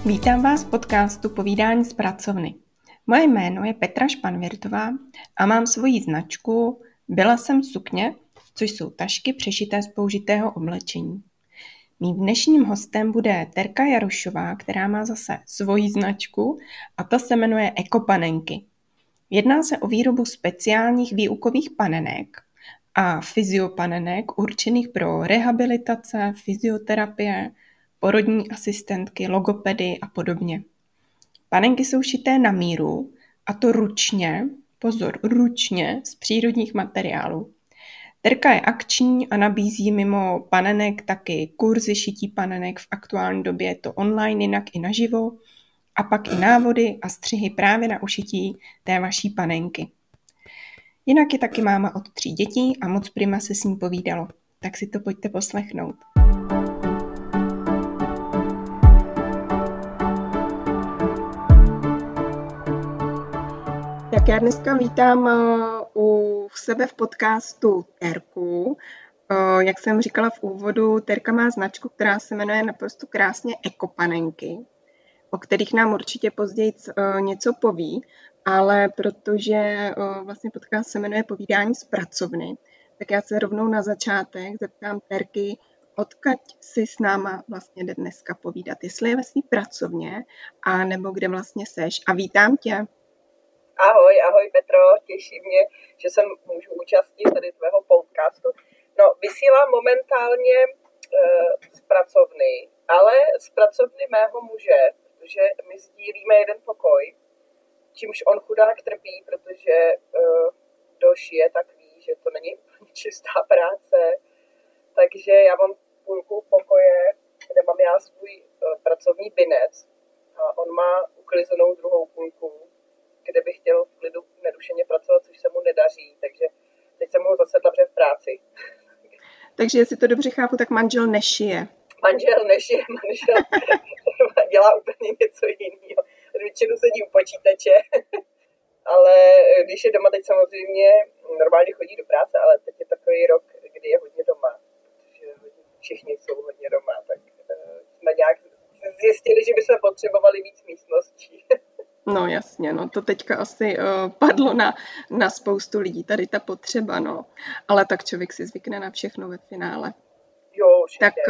Vítám vás v podcastu Povídání z pracovny. Moje jméno je Petra Španvirtová a mám svoji značku Byla jsem sukně, což jsou tašky přešité z použitého oblečení. Mým dnešním hostem bude Terka Jarošová, která má zase svoji značku a ta se jmenuje Ekopanenky. Jedná se o výrobu speciálních výukových panenek a fyziopanenek určených pro rehabilitace, fyzioterapie, porodní asistentky, logopedy a podobně. Panenky jsou šité na míru, a to ručně, pozor, ručně z přírodních materiálů. Terka je akční a nabízí mimo panenek taky kurzy šití panenek, v aktuální době je to online, jinak i naživo, a pak i návody a střihy právě na ušití té vaší panenky. Jinak je taky máma od 3 dětí a moc prima se s ní povídalo, tak si to pojďte poslechnout. Tak já dneska vítám u sebe v podcastu Terku. Jak jsem říkala v úvodu, Terka má značku, která se jmenuje naprosto krásně Ekopanenky, o kterých nám určitě později něco poví, ale protože vlastně podcast se jmenuje Povídání z pracovny, tak já se rovnou na začátek zeptám Terky, odkud si s náma vlastně jde dneska povídat, jestli je ve svý pracovně, a nebo kde vlastně seš. A vítám tě. Ahoj Petro, těší mě, že se můžu účastnit tady tvého podcastu. No, vysílám momentálně z pracovny, ale z pracovny mého muže, protože my sdílíme jeden pokoj, čímž on chudák trpí, protože kdo šije, tak ví, že to není čistá práce. Takže já mám půlku pokoje, kde mám já svůj pracovní binec a on má uklizenou druhou půlku, kde bych chtěl v klidu nerušeně pracovat, což se mu nedaří, takže teď jsem ho zasedla v práci. Takže jestli to dobře chápu, tak manžel nešije. Manžel dělá úplně něco jiného. Většinu sedí u počítače, ale když je doma, teď samozřejmě normálně chodí do práce, ale teď je takový rok, kdy je hodně doma, protože všichni jsou hodně doma, tak jsme nějak zjistili, že bychom potřebovali víc místností. No jasně, no to teďka asi padlo na spoustu lidí, tady ta potřeba, no. Ale tak člověk si zvykne na všechno ve finále. Jo,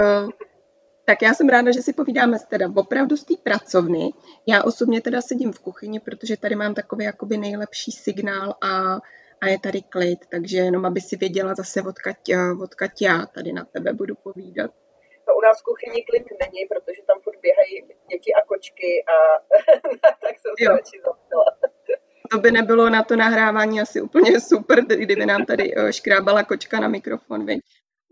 tak já jsem ráda, že si povídáme teda opravdu z té pracovny. Já osobně teda sedím v kuchyni, protože tady mám takový jakoby nejlepší signál a je tady klid, takže jenom aby si věděla zase odkud já tady na tebe budu povídat. No, u nás v kuchyni klid není, protože tam furt běhají děti a kočky a tak jsem se radši zapila. To by nebylo na to nahrávání asi úplně super, kdyby nám tady škrábala kočka na mikrofon, viď?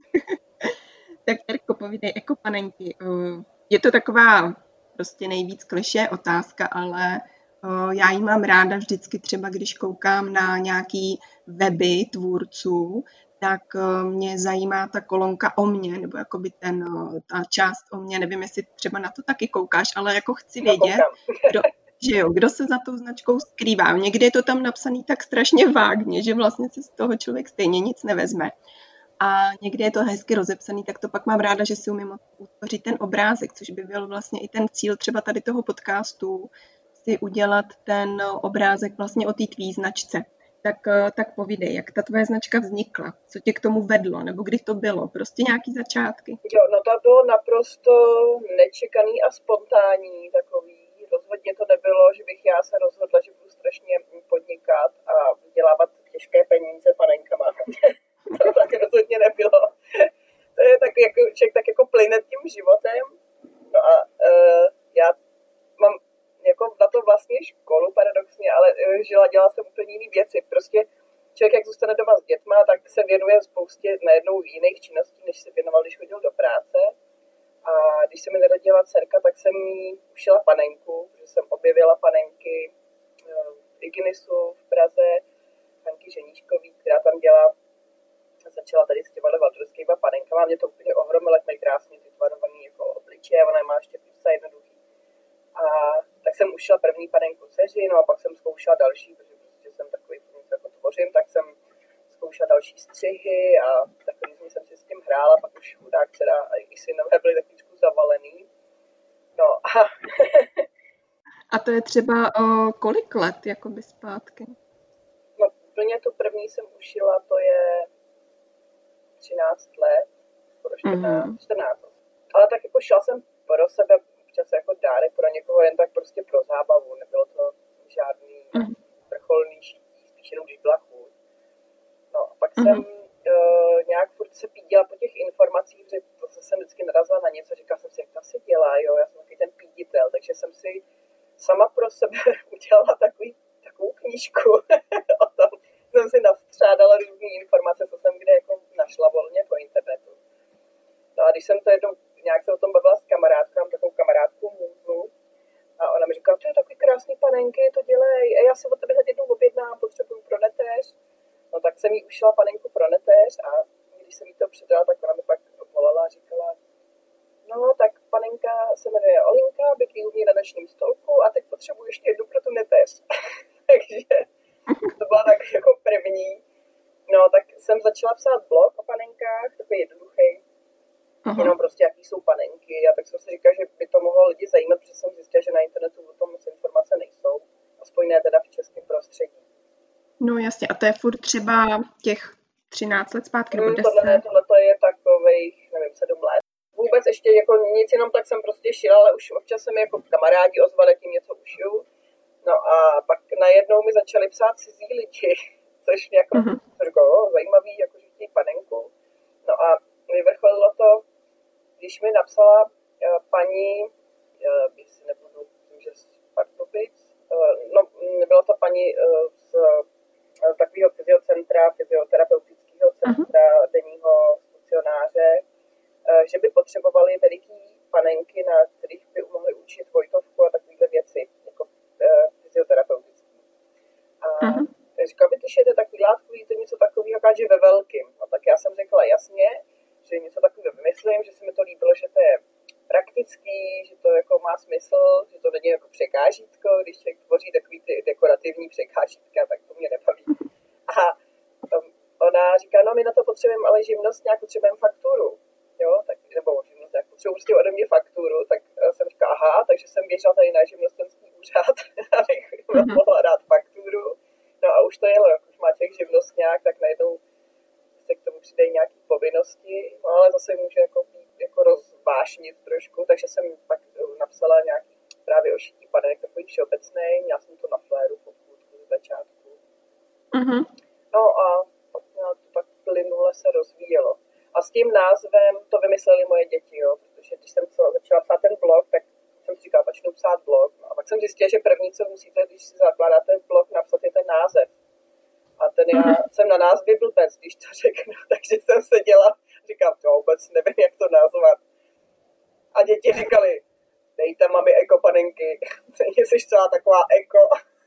Tak Terko, povídej, Ekopanenky. Je to taková prostě nejvíc klišé otázka, ale já ji mám ráda vždycky třeba, když koukám na nějaký weby tvůrců, tak mě zajímá ta kolonka o mně, nebo jakoby ta část o mně, nevím, jestli třeba na to taky koukáš, ale jako chci vědět, kdo se za tou značkou skrývá. Někdy je to tam napsaný tak strašně vágně, že vlastně si z toho člověk stejně nic nevezme. A někdy je to hezky rozepsaný, tak to pak mám ráda, že si umím utvořit ten obrázek, což by byl vlastně i ten cíl třeba tady toho podcastu, si udělat ten obrázek vlastně o té tvý značce. Tak povídej, jak ta tvoje značka vznikla, co tě k tomu vedlo, nebo kdy to bylo, prostě nějaký začátky. Jo, no to bylo naprosto nečekaný a spontánní takový. Rozhodně to nebylo, že bych já se rozhodla, že budu strašně podnikat a vydělávat těžké peníze panenkama. To tak rozhodně nebylo. To je tak jako, člověk tak jako plyne tím životem. No a já mám jako na to vlastně školu paradoxně, ale dělala jsem úplně jiné věci. Prostě člověk, jak zůstane doma s dětma, tak se věnuje spoustě najednou jiných činností, než se věnoval, když chodil do práce. A když se mi narodila dcerka, tak jsem jí ušila panenku, protože jsem objevila panenky v Ignisu v Praze, Hanky Ženíškový, která tam dělá. Začala tady s těma valtorskýma panenkama, mě to úplně ohromilo, jak mají krásně vytvarovaný jako obličeje, ona je má ještě půlce jednoduchý. A tak jsem ušila první panenku dceři, no a pak jsem zkoušela další, protože prostě jsem takový něco jako tvořím, tak jsem zkoušela další střihy a tak různě jsem si s tím hrála, pak už chudák dcera a i synové byli takový zavalený. No a A to je třeba kolik let jakoby zpátky? No úplně tu první jsem ušila, to je 13 let, skoro 14. Ale tak jako šla jsem pro sebe, občas jako dárek pro někoho, jen tak prostě pro zábavu, nebylo to žádný vrcholný šití, spíš jenom když byla chuť. No a pak jsem nějak furt se pídila po těch informacích, že to jsem vždycky narazila na něco, říkala jsem si, jak to asi dělá, jo, já jsem takový ten píditel, takže jsem si sama pro sebe udělala takovou knížku o tom, jsem si nastřádala různé informace, co jsem kde jako našla volně po internetu. No a když jsem to jednou nějak se o tom bavila s kamarádkou, mám takovou kamarádku Můzu, a ona mi říkala, to je takový krásný panenky, to dělej, a já si od tebe hned jednou objednám, potřebuju pro netéř. No tak jsem jí ušila panenku pro netéř a když jsem jí to předala, tak ona mi pak volala a říkala, no tak panenka se jmenuje Olinka, bydlí u mě na nočním stolku a teď potřebuji ještě jednu pro tu netéř. Takže to byla tak jako první. No tak jsem začala psát blog o panenkách, takový jednoduchý. Jenom prostě jaký jsou panenky a tak jsem si říkala, že by to mohlo lidi zajímat, protože jsem zjistila, že na internetu o tom moc informace nejsou. Aspoň ne teda v českém prostředí. No jasně, a to je furt třeba těch 13 let zpátky, nebo 10? Tohle je takových, nevím, 7 let. Vůbec ještě jako nic, jenom tak jsem prostě šila, ale už občas se mi jako kamarádi ozvali, jak jim něco ušiju. No a pak najednou mi začali psát cizí lidi, což mě jako říkalo, zajímavý, jako že chtějí panenku. No a vyvrcholilo to, když mi napsala paní, když si nebudu, myslím, že z Pardubic, no nebyla to paní z takového fyzioterapeutického centra denního stacionáře, že by potřebovali veliký panenky, na kterých by mohli učit Vojtovku a takovéhle věci, jako fyzioterapeutické. A říkala, vy tyšete takový látkový, to něco takového, že ve velkým. No tak já jsem řekla jasně, že něco takového vymyslím, že se mi to líbilo, že to je praktický, že to jako má smysl, že to není jako překážítko, když člověk tvoří takový ty dekorativní překážítka, tak to mě nebaví. A ona říká, no my na to potřebujeme ale živnost, nějak potřebujeme fakturu, jo, tak, nebo živnost, nějak potřebuji prostě ode mě fakturu, tak jsem říkala, aha, takže jsem běžela tady na živnostenský úřad, abych mohla dát fakturu, no a už to jelo, jak už má člověk živnost nějak, tak najednou se k tomu přidají nějaké povinnosti, no ale zase může jako rozvášnit trošku, takže jsem pak napsala nějaký právě o šití panenek, takový všeobecný, měla jsem to na fléru popůdku z začátku. No a pak to tak plynule se rozvíjelo. A s tím názvem to vymysleli moje děti, jo, protože když jsem začala psát ten blog, tak jsem si říkala, začnu psát blog. No a pak jsem zjistila, že první, co musíte, když si zakládáte blog, napsat je ten název. A ten já jsem na názvy blbec, když to řeknu, takže jsem seděla, říkám, to vůbec nevím, jak to nazvat. A děti říkali, dejte mami ekopanenky, jsi celá taková eko.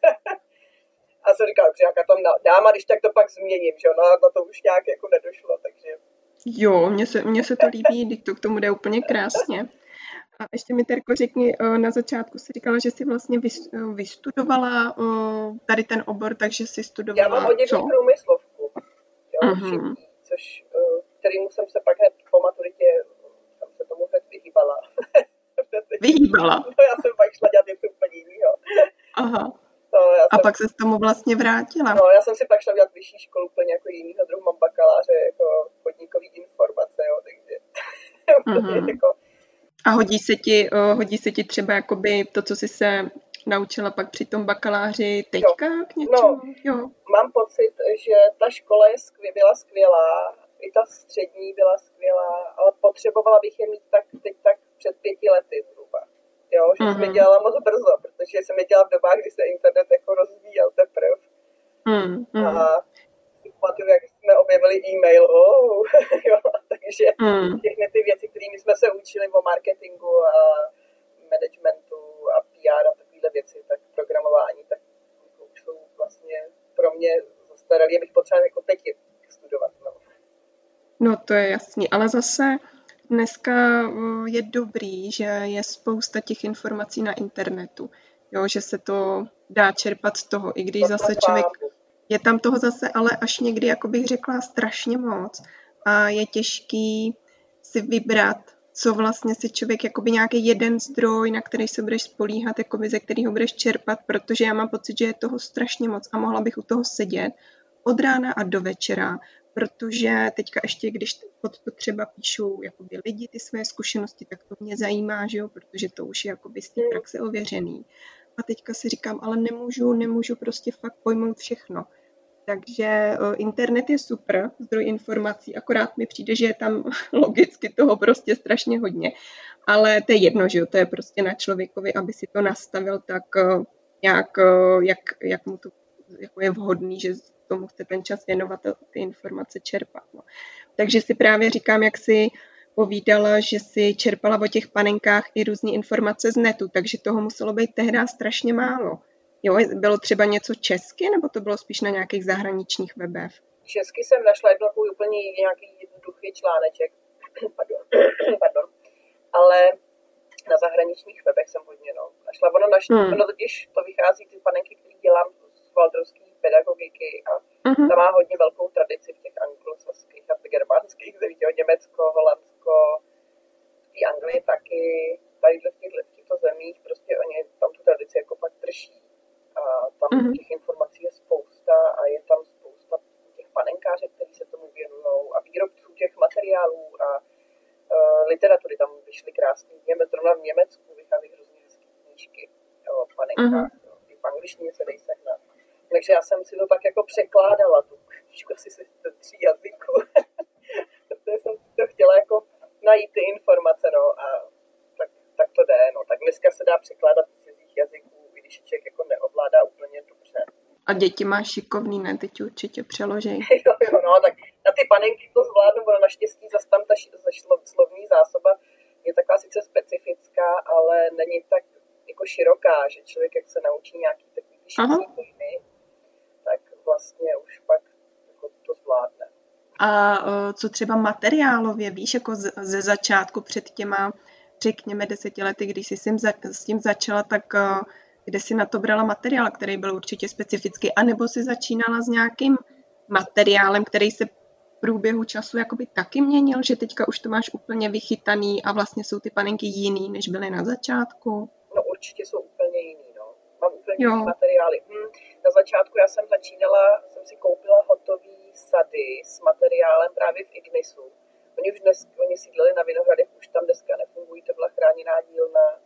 A jsem říkala, že jaká tam dám a když tak to pak změním, že no, na to už nějak jako nedošlo, takže... Jo, mně se to líbí, když to k tomu jde úplně krásně. A ještě mi, Terko, řekni, na začátku si říkala, že jsi vlastně vystudovala tady ten obor, takže jsi studovala co? Já mám oděvní průmyslovku, jo, šití, což, kterýmu jsem se pak hned po maturitě, jsem se tomu hned vyhýbala. Vyhýbala? No, já jsem pak šla dělat něco úplně jinýho. Aha. A pak se s tomu vlastně vrátila. No, já jsem si pak šla dělat vyšší školu úplně jako jinýho druhu, mám bakaláře jako podnikový informace, jo, takže jako... A hodí se ti třeba jakoby to, co jsi se naučila pak při tom bakaláři teďka k něčemu? No, jo. Mám pocit, že ta škola byla skvělá, i ta střední byla skvělá, ale potřebovala bych je mít teď před 5 lety zhruba. Jo, že jsem je dělala moc brzo, protože jsem je dělala v dobách, kdy se internet jako rozvíjel teprve. A pamatuju, jak jsme objevili e-mail, jo, takže všechny ty věci, kterými jsme se učili o marketingu a managementu a PR a takovéhle věci, tak programování, tak už jsou vlastně pro mě zastaralý, abych potřebovala jako teď studovat. No to je jasný, ale zase dneska je dobrý, že je spousta těch informací na internetu, jo, že se to dá čerpat z toho, i když zase člověk... Je tam toho zase ale až někdy, jako bych řekla, strašně moc a je těžký si vybrat, co vlastně si člověk, jakoby nějaký jeden zdroj, na který se budeš spolíhat, jakoby ze kterého budeš čerpat, protože já mám pocit, že je toho strašně moc a mohla bych u toho sedět od rána a do večera, protože teďka ještě, když pod to třeba píšou jakoby lidi ty své zkušenosti, tak to mě zajímá, že jo, protože to už je jakoby z té praxe ověřený. A teďka si říkám, ale nemůžu prostě fakt pojmout všechno. Takže internet je super zdroj informací, akorát mi přijde, že je tam logicky toho prostě strašně hodně. Ale to je jedno, že jo, to je prostě na člověkovi, aby si to nastavil tak nějak, jak mu to jako je vhodný, že tomu chce ten čas věnovat a ty informace čerpat. No. Takže si právě říkám, jak si povídala, že si čerpala o těch panenkách i různé informace z netu, takže toho muselo být tehdy strašně málo. Jo, bylo třeba něco česky, nebo to bylo spíš na nějakých zahraničních webech? Česky jsem našla jednou úplně nějaký jednoduchý článeček, pardon, ale na zahraničních webech jsem hodně našla. Ono totiž to vychází ty panenky, které dělám z waldorfské pedagogiky a ta má hodně velkou tradici v těch anglosaských a germánských zemích, Německo, Holandsko, v Anglii taky, tady v těchto zemích prostě oni tam tu tradici jako fakt drží. A tam těch informací je spousta a je tam spousta těch panenkářů, kteří se tomu věnují a výrobců těch materiálů a literatury tam vyšly krásný. Zrovna v Německu vychází hrozně hezký knížky o panenkách. I v angličtině se dají sehnat. Takže já jsem si to tak jako překládala, tu knížku asi se 3 jazyků. Protože jsem to chtěla jako najít ty informace, a tak to jde. Tak dneska se dá překládat z cizích jazyků, když člověk jako neovládá úplně dobře. A děti máš šikovný, ne? Teď určitě přeložej. Tak na ty panenky to zvládnu, ono naštěstí zase tam ta slovní zásoba je taková sice specifická, ale není tak jako široká, že člověk, jak se naučí nějaký takový šicí pojmy, tak vlastně už pak jako to zvládne. A co třeba materiálově, víš, jako ze začátku před těma, řekněme, 10 lety, když jsi s tím začala, tak kde jsi na to brala materiál, který byl určitě specifický, anebo jsi začínala s nějakým materiálem, který se v průběhu času jakoby taky měnil, že teďka už to máš úplně vychytaný a vlastně jsou ty panenky jiný, než byly na začátku? No určitě jsou úplně jiný, Mám úplně jiný materiály. Na začátku jsem si koupila hotový sady s materiálem právě v Ignisu. Oni sídlili na Vinohradech, už tam dneska nefungují, to byla chráněná dílna,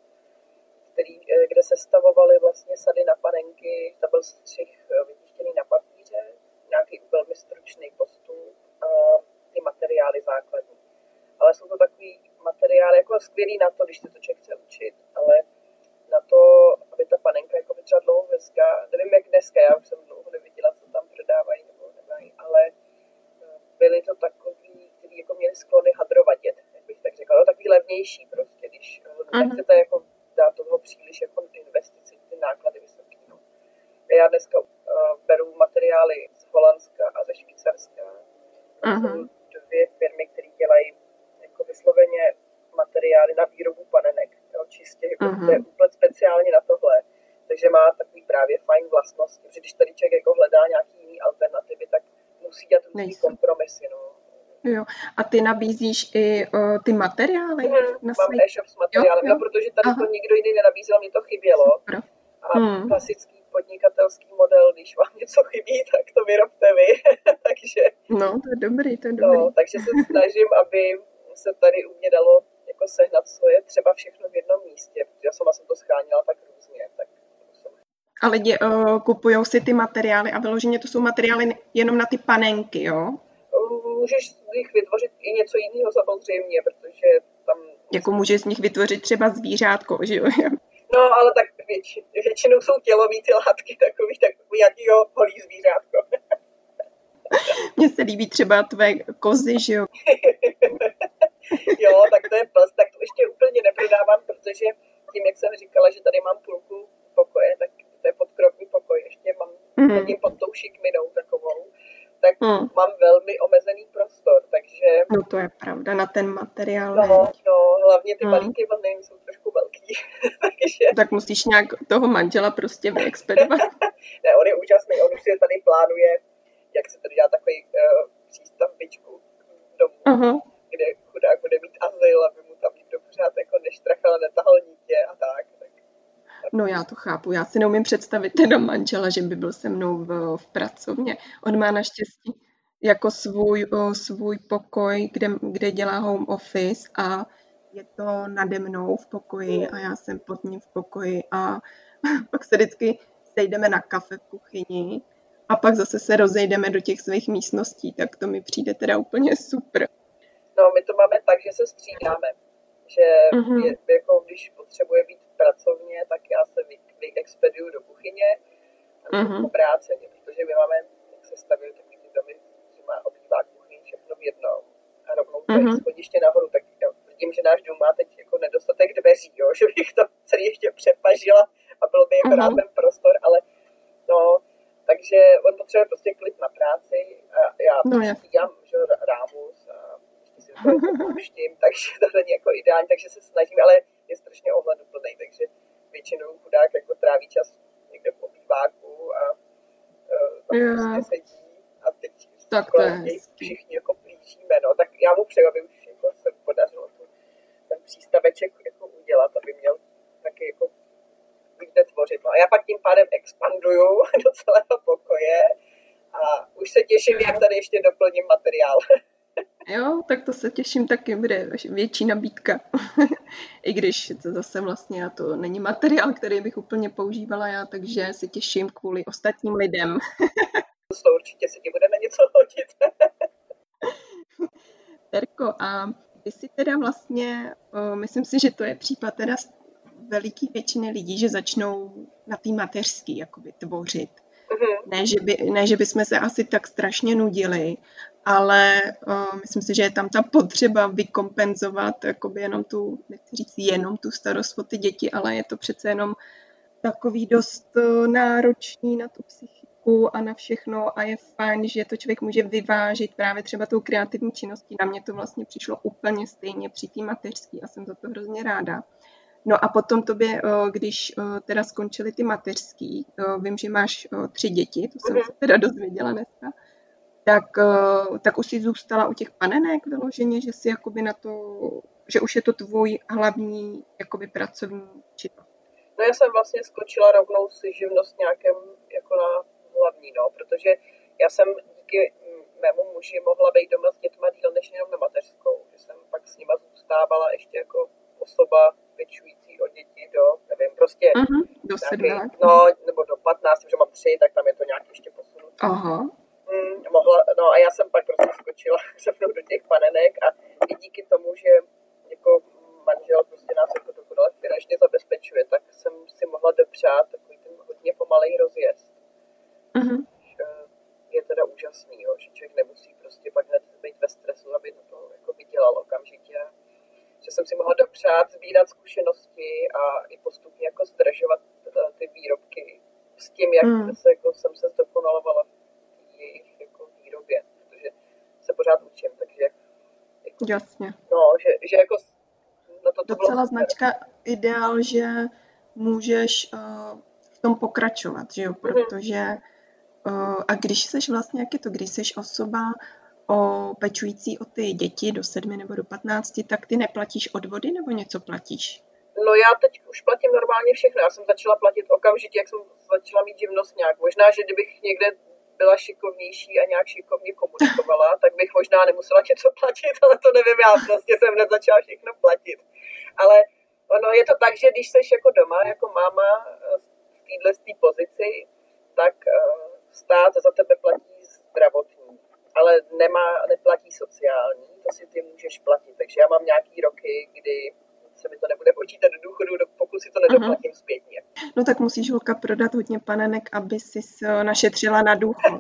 kde se stavovaly vlastně sady na panenky, to byl střih vytištěný na papíře, nějaký velmi stručný postup a ty materiály základní. Ale jsou to takový materiály jako skvělý na to, když se to člověk chce učit, ale na to, aby ta panenka jako by třeba dlouho dneska, nevím jak dneska, já už jsem dlouho neviděla, co tam prodávají nebo nemají, ale byly to takový, kteří jako měli sklony hadrovadět, jak bych tak řekla, takový levnější prostě, když nechcete jako dát toho příliš jako investici, ty náklady vysoké. Já dneska beru materiály z Holandska a ze Švýcarska. To jsou 2 firmy, které dělají jako vysloveně materiály na výrobu panenek. Čistě to je úplně speciálně na tohle. Takže má takový právě fajn vlastnosti. Protože když tady člověk jako hledá nějaký jiný alternativy, tak musí dělat různý kompromisy. Jo. A ty nabízíš i ty materiály? Mám e-shop s materiálem, protože tady to nikdo jiný nenabízel, mě to chybělo. Super. A klasický podnikatelský model, když vám něco chybí, tak to vyrobte vy. Takže, to je dobrý. Takže se snažím, aby se tady u mě dalo jako sehnat svoje třeba všechno v jednom místě. Já sama jsem to scháněla tak různě. A lidi kupujou si ty materiály a vyloženě to jsou materiály jenom na ty panenky, jo? Můžeš z nich vytvořit i něco jiného samozřejmě, protože tam... Jako můžeš z nich vytvořit třeba zvířátko, že jo? No, ale tak většinou jsou tělový ty látky takový nějakýho holý zvířátko. Mně se líbí třeba tvé kozy, že jo? Jo, tak to je plus, tak to ještě úplně neprodávám, protože tím, jak jsem říkala, že tady mám půlku pokoje, tak to je podkrovní pokoj, ještě mám hodně pod tou šikminou takovou, tak mám velmi omezený prostor, takže... No to je pravda, na ten materiál. No, hlavně ty balíky vlny jsou trošku velký, takže... Tak musíš nějak toho manžela prostě vyexpedovat. Ne, on je úžasný, on už si tady plánuje, jak se tady dělá takový přístavbičku domů, kde chudák bude mít azyl, aby mu tam No já to chápu, já si neumím představit teda manžela, že by byl se mnou v pracovně. On má naštěstí jako svůj pokoj, kde dělá home office a je to nade mnou v pokoji a já jsem pod ním v pokoji a pak se vždycky sejdeme na kafe v kuchyni a pak zase se rozejdeme do těch svých místností, tak to mi přijde teda úplně super. No, my to máme tak, že se střídáme. Že jako když potřebuje být pracovně, tak já se vyexpeduju do kuchyně a po obráceně, protože my máme, jak se stavili takový ty domy, že má obývá kuchyň všechno v jednom a rovnou to je schodiště nahoru, tak vidím, že náš dům má teď jako nedostatek dveří, jo, že bych to celý ještě přepažila a byl by jako rád ten prostor, ale no, takže on potřebuje prostě klid na práci a já dělám rámus a si to pouštím, takže to není jako ideální, takže se snažím, ale je strašně ohleduplný, takže většinou chudák jako tráví čas někde v obýváku a prostě sedí a teď všichni jako blížíme, no, tak já mu přeju, aby už jako se podařilo ten přístaveček jako udělat, aby měl taky jako kde tvořit. No. A já pak tím pádem expanduju do celého pokoje a už se těším, jak tady ještě doplním materiál. Jo, tak to se těším taky, bude větší nabídka. I když to zase vlastně to není materiál, který bych úplně používala já, takže se těším kvůli ostatním lidem. To určitě se ti bude na něco hodit. Terko, a ty si teda vlastně, myslím si, že to je případ teda veliký většiny lidí, že začnou na té mateřský jakoby tvořit. Ne, že bychom se asi tak strašně nudili, ale myslím si, že je tam ta potřeba vykompenzovat jakoby nechci říct jenom tu starost o ty děti, ale je to přece jenom takový dost náročný na tu psychiku a na všechno a je fajn, že to člověk může vyvážit právě třeba tou kreativní činností. Na mě to vlastně přišlo úplně stejně při té mateřský a jsem za to hrozně ráda. No a potom tobě, když teda skončily ty mateřský, vím, že máš 3 děti, to jsem se teda dozvěděla dneska, tak už jsi zůstala u těch panenek vyloženě, že jsi jakoby na to, že už je to tvůj hlavní jakoby pracovní činnost. No já jsem vlastně skočila rovnou si živnostňákem jako na hlavní, no, protože já jsem díky mému muži mohla být doma s dětma díl než jenom na mateřskou, že jsem pak s nima zůstávala ještě jako osoba pečující o děti do, nevím, prostě do 17. No, nebo do 15, že mám 3, tak tam je to nějak ještě posunuté. Aha. No a já jsem pak prostě skočila se mnou do těch panenek a i díky tomu, že jako manžel prostě nás jako dokonale finančně zabezpečuje, tak jsem si mohla dopřát takový ten hodně pomalej rozjezd. Je teda úžasný, jo, že člověk nemusí prostě pak hned být ve stresu, aby to jako vydělal okamžitě. Že jsem si mohla dopřát, sbírat zkušenosti a i postupně jako zdržovat ty výrobky s tím, jak jsem se zdokonalovala v jejich jako výrobě, protože se pořád učím, takže jako, jasně. No, že jako no to docela bylo značka ideál, že můžeš v tom pokračovat, že jo, protože a když seš vlastně, jak je to, když seš osoba pečující o ty děti do 7 nebo do 15, tak ty neplatíš odvody nebo něco platíš? No já teď už platím normálně všechno. Já jsem začala platit okamžitě, jak jsem začala mít živnostňák. Možná, že kdybych někde byla šikovnější a nějak šikovně komunikovala, tak bych možná nemusela něco platit, ale to nevím, já vlastně jsem hned začala všechno platit. Ale ono je to tak, že když seš jako doma, jako máma v této pozici, tak stát za tebe platí zdravotní, ale neplatí sociální, to si ty můžeš platit. Takže já mám nějaký roky, kdy se mi to nebude počítat do důchodu, pokud si to nedoplatím zpětně. No tak musíš, holka, prodat hodně panenek, aby si našetřila na důchod.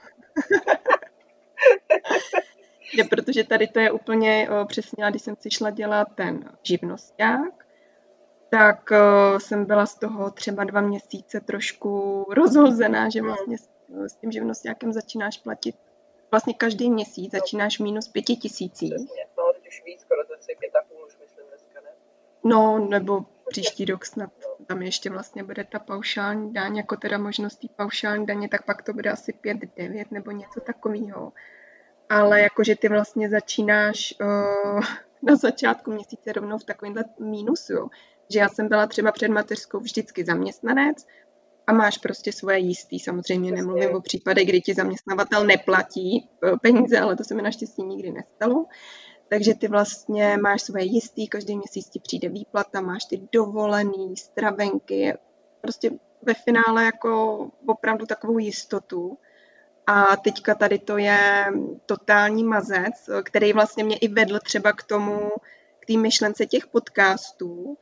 Protože tady to je úplně přesně, když jsem si šla dělat ten živnosťák, tak jsem byla z toho třeba 2 měsíce trošku rozhozená, že vlastně s tím živnosťákem začínáš platit vlastně každý měsíc, začínáš minus 5 000. Přesně, no teď už víc, skoro to si 5,5 už myslím dneska, ne? No, nebo příští rok snad tam ještě vlastně bude ta paušální daň, jako teda možností paušální daně, tak pak to bude asi 5-9 nebo něco takového. Ale jakože ty vlastně začínáš na začátku měsíce rovnou v takovémhle mínusu. že já jsem byla třeba před mateřskou vždycky zaměstnanec a máš prostě svoje jistý. Samozřejmě Přesně. nemluvím o případech, kdy ti zaměstnavatel neplatí peníze, ale to se mi naštěstí nikdy nestalo. Takže ty vlastně máš svoje jistý, každý měsíc ti přijde výplata, máš ty dovolený, stravenky, prostě ve finále jako opravdu takovou jistotu. A teďka tady to je totální mazec, který vlastně mě i vedl třeba k tomu, k té myšlence těch podcastů,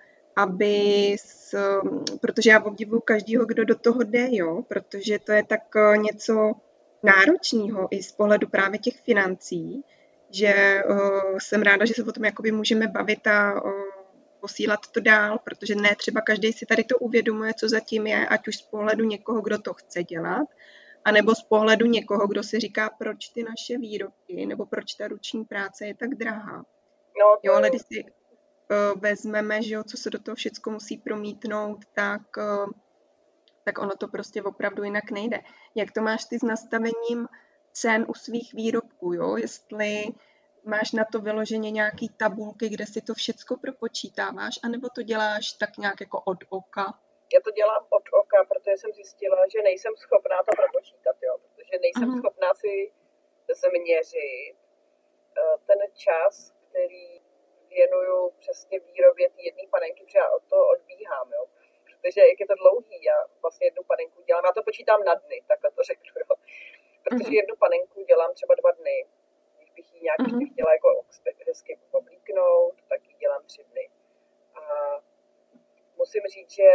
protože já obdivuju každýho, kdo do toho jde, jo, protože to je tak něco náročného i z pohledu právě těch financí, že jsem ráda, že se o tom jakoby můžeme bavit a posílat to dál, protože ne třeba každý si tady to uvědomuje, co zatím je, ať už z pohledu někoho, kdo to chce dělat, anebo z pohledu někoho, kdo si říká, proč ty naše výrobky, nebo proč ta ruční práce je tak drahá. No, jo, ale když si vezmeme, že jo, co se do toho všecko musí promítnout, tak ono to prostě opravdu jinak nejde. Jak to máš ty s nastavením cen u svých výrobků, jo? Jestli máš na to vyloženě nějaký tabulky, kde si to všecko propočítáváš, anebo to děláš tak nějak jako od oka? Já to dělám od oka, protože jsem zjistila, že nejsem schopná to propočítat, jo? Protože nejsem schopná si změřit ten čas, který věnuju přesně výrobě té jedné panenky, protože já od toho odbíhám, jo? Protože jak je to dlouhý, já vlastně jednu panenku dělám, já to počítám na dny, takhle to řeknu, jo? Protože jednu panenku dělám třeba 2 dny, když bych ji nějak ještě chtěla jako hezky oblíknout, tak ji dělám 3 dny. A musím říct, že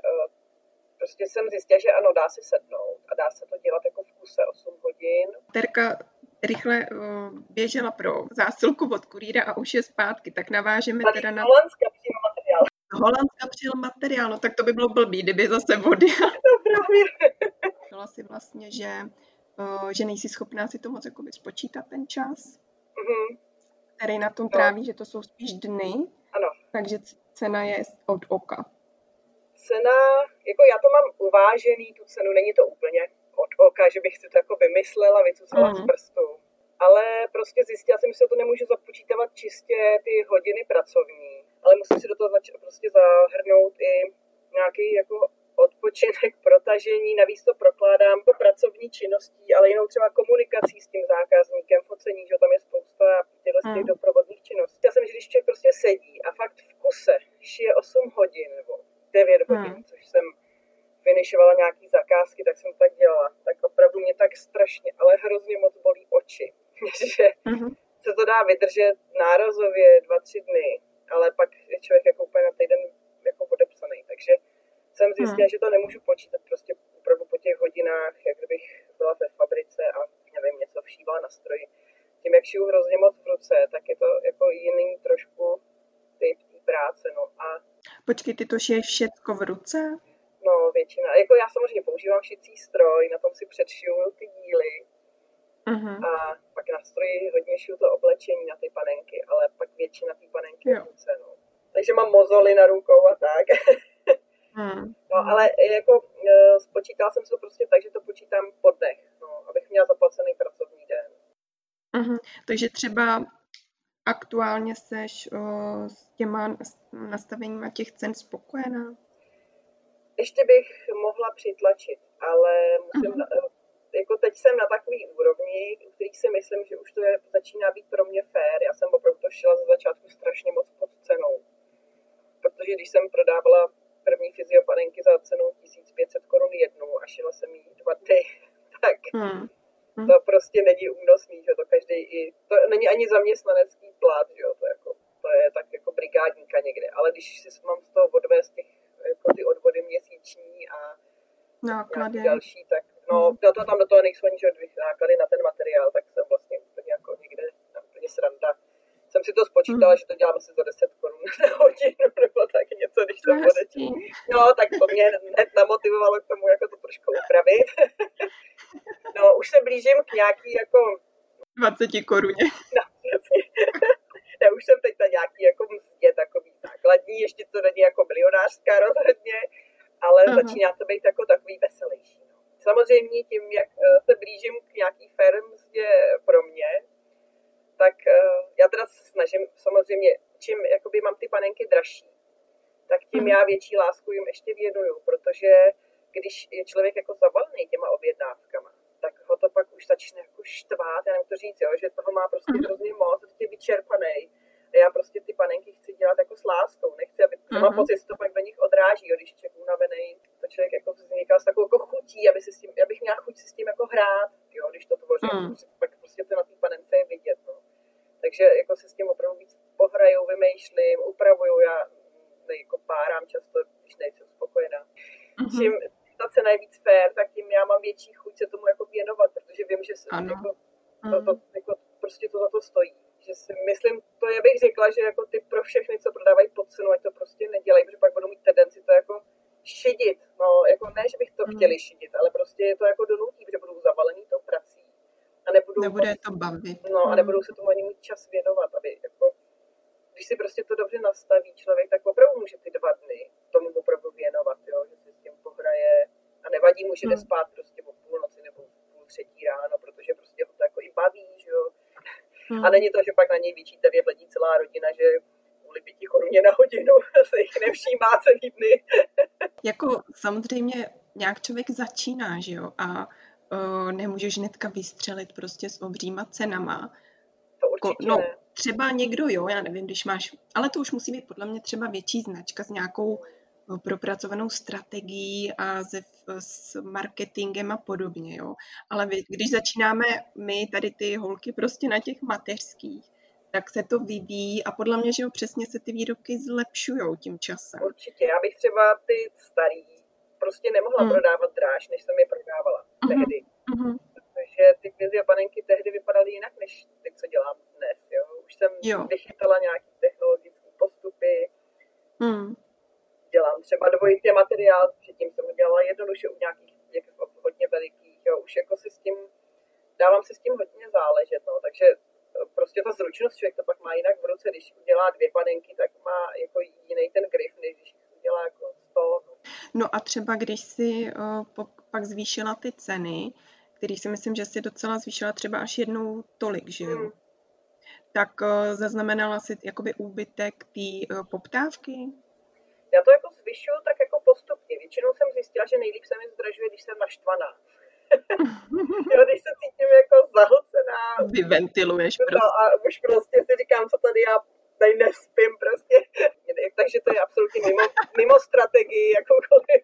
prostě jsem zjistila, že ano, dá se sednout a dá se to dělat jako v kuse 8 hodin. Terka rychle běžela pro zásilku od kurýra a už je zpátky, tak navážeme tady teda na... Holandska přijel materiál. Holandska přijel materiál, no tak to by bylo blbý, kdyby zase vody. No právě. Říkala si vlastně, že nejsi schopná si to moc jakoby spočítat ten čas, který na tom tráví, že to jsou spíš dny, ano. Takže cena je od oka. Cena, jako já to mám uvážený, tu cenu, není to úplně od oka, že bych si to jako vymyslela, vycucala z prstu. Ale prostě zjistila jsem, že se to nemůžu započítávat čistě ty hodiny pracovní, ale musím si do toho prostě zahrnout i nějaký jako odpočinek, protažení, navíc to prokládám jako pracovní činností, ale jinou třeba komunikací s tím zákazníkem, focení, že tam je spousta těch doprovodných činností. Já jsem, že když člověk prostě sedí a fakt v kuse šije 8 hodin nebo 9 hodin, což jsem finišovala nějaký zakázky, tak jsem tak dělala, tak opravdu mě tak strašně, ale hrozně moc bolí oči, že se to dá vydržet nárazově 2-3 dny, ale pak je člověk jako úplně na týden jako podepsaný, takže jsem zjistila, že to nemůžu počítat prostě opravdu po těch hodinách, jak kdybych byla ve fabrice a nevím, něco všívala na stroji. Tím, jak šiju hrozně moc v ruce, tak je to jako jiný trošku typ té práce, no a... Počkej, ty to šiješ všecko v ruce? No, většina. Jako já samozřejmě používám šicí stroj, na tom si předšiju ty díly. A pak na stroji hodně šiju to oblečení na ty panenky, ale pak většina té panenky je v ruce, no. Takže mám mozoly na rukou a tak. No, ale jako spočítala jsem si to prostě tak, že to počítám po dnech, no, abych měla zaplacený pracovní den. Takže třeba aktuálně seš s těma nastaveníma těch cen spokojená? Ještě bych mohla přitlačit, ale musím, jako teď jsem na takový úrovni, u kterých si myslím, že už to začíná být pro mě fér. Já jsem opravdu to šla ze začátku strašně moc pod cenou. Protože když jsem prodávala první fyziopanenky za cenu 1500 Kč jednu a šila jsem jí 2 dny, tak to prostě není únosný, že to každý to není ani zaměstnanecký plat, že jo, to je tak jako brigádníka někde, ale když si mám z toho odvést jako ty odvody měsíční a nějaký další, tak tam do toho nejsou ani náklady na ten materiál, tak jsem vlastně úplně jako někde úplně sranda. Jsem si to spočítala, že to dělám asi za 10 Kč na hodinu, nebo tak něco, když to odečím. No, tak to mě hned namotivovalo k tomu, jako to trošku upravit. No, už se blížím k nějaký jako... 20 koruně. No, jasně. Já už jsem teď na nějaký jako mzdě takový základní, ještě to není jako milionářská rozhodně, ale začíná to být jako takový veselější. No. Samozřejmě tím, jak se blížím k nějaký fair mzdě pro mě, tak já teda se snažím, samozřejmě, čím jakoby mám ty panenky dražší, tak tím já větší lásku jim ještě věnuju, protože když je člověk jako zavalený těma objednávkama, tak ho to pak už začne jako štvát, já nevím to říct, jo, že toho má prostě hrozně moc, teď je vyčerpaný. A já prostě ty panenky chci dělat jako s láskou, nechci, aby to mám pocit, že to pak do nich odráží, jo, když je člověk unavený, to člověk jako vzniká s takovou jako chutí, abych měla chuť si s tím jako hrát, jo, když to tvořím, pak prostě to na té panence je vidět, no. Takže jako se s tím opravdu víc pohraju, vymýšlím, upravuju, já jako párám často, když nejsem spokojená. Čím ta cena je víc fair, tak tím já mám větší chuť se tomu jako věnovat, protože vím, že se jako prostě to za to stojí. Že si myslím, to já bych řekla, že jako ty pro všechny, co prodávají pod cenu, ať to prostě nedělají, protože pak budou mít tendenci to jako šidit. No, jako ne, že bych to chtěli šidit, ale prostě je to jako donutí, protože budou zavalený tou prací. A nebude to bavit. No, a nebudou se tomu ani mít čas věnovat, aby jako, když si prostě to dobře nastaví člověk, tak opravdu může ty 2 dny tomu opravdu věnovat, jo, že si s tím pohraje a nevadí mu, že jde spát prostě o půlnoci nebo v 2:30 ráno, protože prostě ho to jako i baví, že jo. A není to, že pak na něj vyčítá hledí celá rodina, že kvůli 5 koruně na hodinu se jich nevšímá celý dny. Jako samozřejmě nějak člověk začíná, že jo, a nemůžeš hnedka vystřelit prostě s obříma cenama. To určitě ne. Třeba někdo, jo, já nevím, když máš, ale to už musí být podle mě třeba větší značka s nějakou propracovanou strategií a s marketingem a podobně, jo. Ale když začínáme my, tady ty holky prostě na těch mateřských, tak se to vyvíjí a podle mě, že jo, přesně se ty výrobky zlepšujou tím časem. Určitě, já bych třeba ty starý prostě nemohla prodávat dráž, než jsem je prodávala tehdy. Takže ty kvězy a panenky tehdy vypadaly jinak, než ty, co dělám dnes, jo. Už jsem vychytala nějaký technologické postupy, dělám třeba dvojitý materiál, předtím jsem udělala jednoduše u nějakých hodně velikých, jo. Už jako dávám si s tím hodně záležet, no. Takže prostě ta zručnost, člověk to pak má jinak v ruce, když udělá 2 panenky, tak má jako jiný ten grif, než když udělá jako 100. No a třeba když si pak zvýšila ty ceny, který si myslím, že si docela zvýšila třeba až jednou tolik, že jo? Tak zaznamenala si jakoby úbytek té poptávky? Já to jako zvyšuju tak jako postupně. Většinou jsem zjistila, že nejlíp se mi zdražuje, když jsem naštvaná. Jo, když se cítím jako zahlcená. Vyventiluješ prostě. No a už prostě si říkám, co tady já tady nespím prostě. Takže to je absolutně mimo strategii jakoukoliv.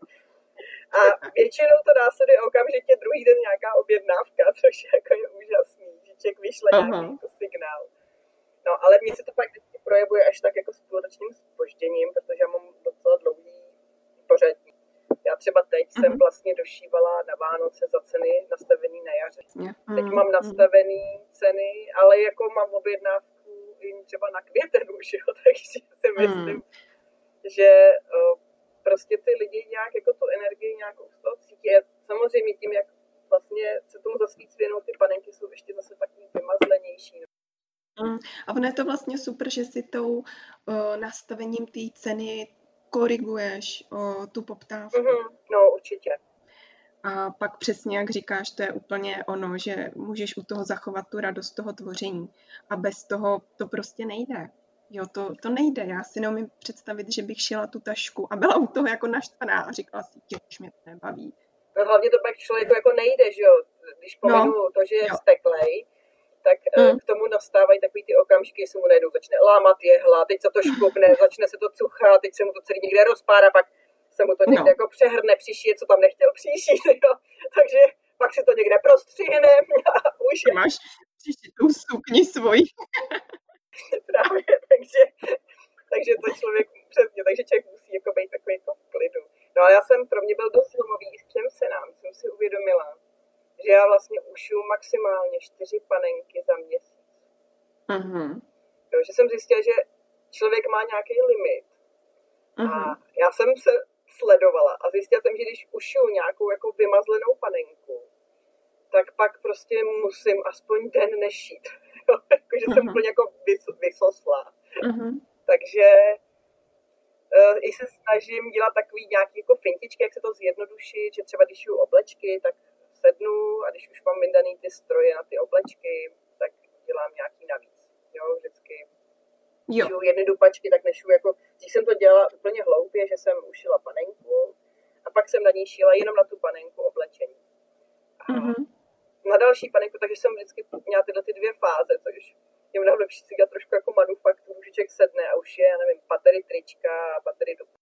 A většinou to následuje okamžitě druhý den nějaká objednávka, což jako je úžasný, že člověk vyšle nějaký jako signál. No, ale mně se to pak vždycky projevuje až tak jako s skutečným zpožděním, protože já mám docela dlouhý pořadí. Já třeba teď jsem vlastně došívala na Vánoce za ceny nastavený na jaře. Teď mám nastavený ceny, ale jako mám objednávku jim třeba na květen už, jo, takže si myslím, že prostě ty lidi nějak jako tu energii nějakou z toho cítí. Samozřejmě tím, jak vlastně se tomu zasvíc věnou, ty panenky jsou ještě zase takový vymazlenější. A ono je to vlastně super, že si tou nastavením té ceny koriguješ tu poptávku. No, určitě. A pak přesně, jak říkáš, to je úplně ono, že můžeš u toho zachovat tu radost toho tvoření. A bez toho to prostě nejde. Jo, to nejde. Já si neumím představit, že bych šila tu tašku a byla u toho jako naštvaná a říkala si, že už mě to nebaví. No hlavně to pak člověku jako nejde, že jo. Když pomenu to, že je steklej, tak k tomu nastávají takový ty okamžiky, se mu najednou začne lámat jehla, teď se to škubne, začne se to cuchat, teď se mu to celý někde rozpárá, pak se mu to někde jako přehrne, přišije, co tam nechtěl příšít, jo. Takže pak si to někde prostřihne a už je. Máš přišitou sukni svoji. Právě, takže to člověk přesně, takže člověk musí jako být takový jako v klidu. No a pro mě byl dost zlomový s těm cenám, jsem si uvědomila, že já vlastně ušiju maximálně 4 panenky za měsíc. Jo, že jsem zjistila, že člověk má nějaký limit. A já jsem se sledovala a zjistila jsem, že když ušiju nějakou jako vymazlenou panenku, tak pak prostě musím aspoň den nešít. Jakože jsem úplně jako vysoslá. Takže i se snažím dělat takový nějaký jako fintičky, jak se to zjednodušit, že třeba když šiju oblečky, tak sednu a když už mám vyndaný ty stroje na ty oblečky, tak dělám nějaký navíc. Jo, vždycky Jo. šiju jedny dupačky, tak nešiju jako, když jsem to dělala úplně hloupě, že jsem ušila panenku a pak jsem na ní šila jenom na tu panenku oblečení. A na další panenku, takže jsem vždycky měla tyhle ty dvě fáze, což je mnohem lepší si dělat trošku jako manufakturu, že člověk sedne a už je, já nevím, patery trička, patery do...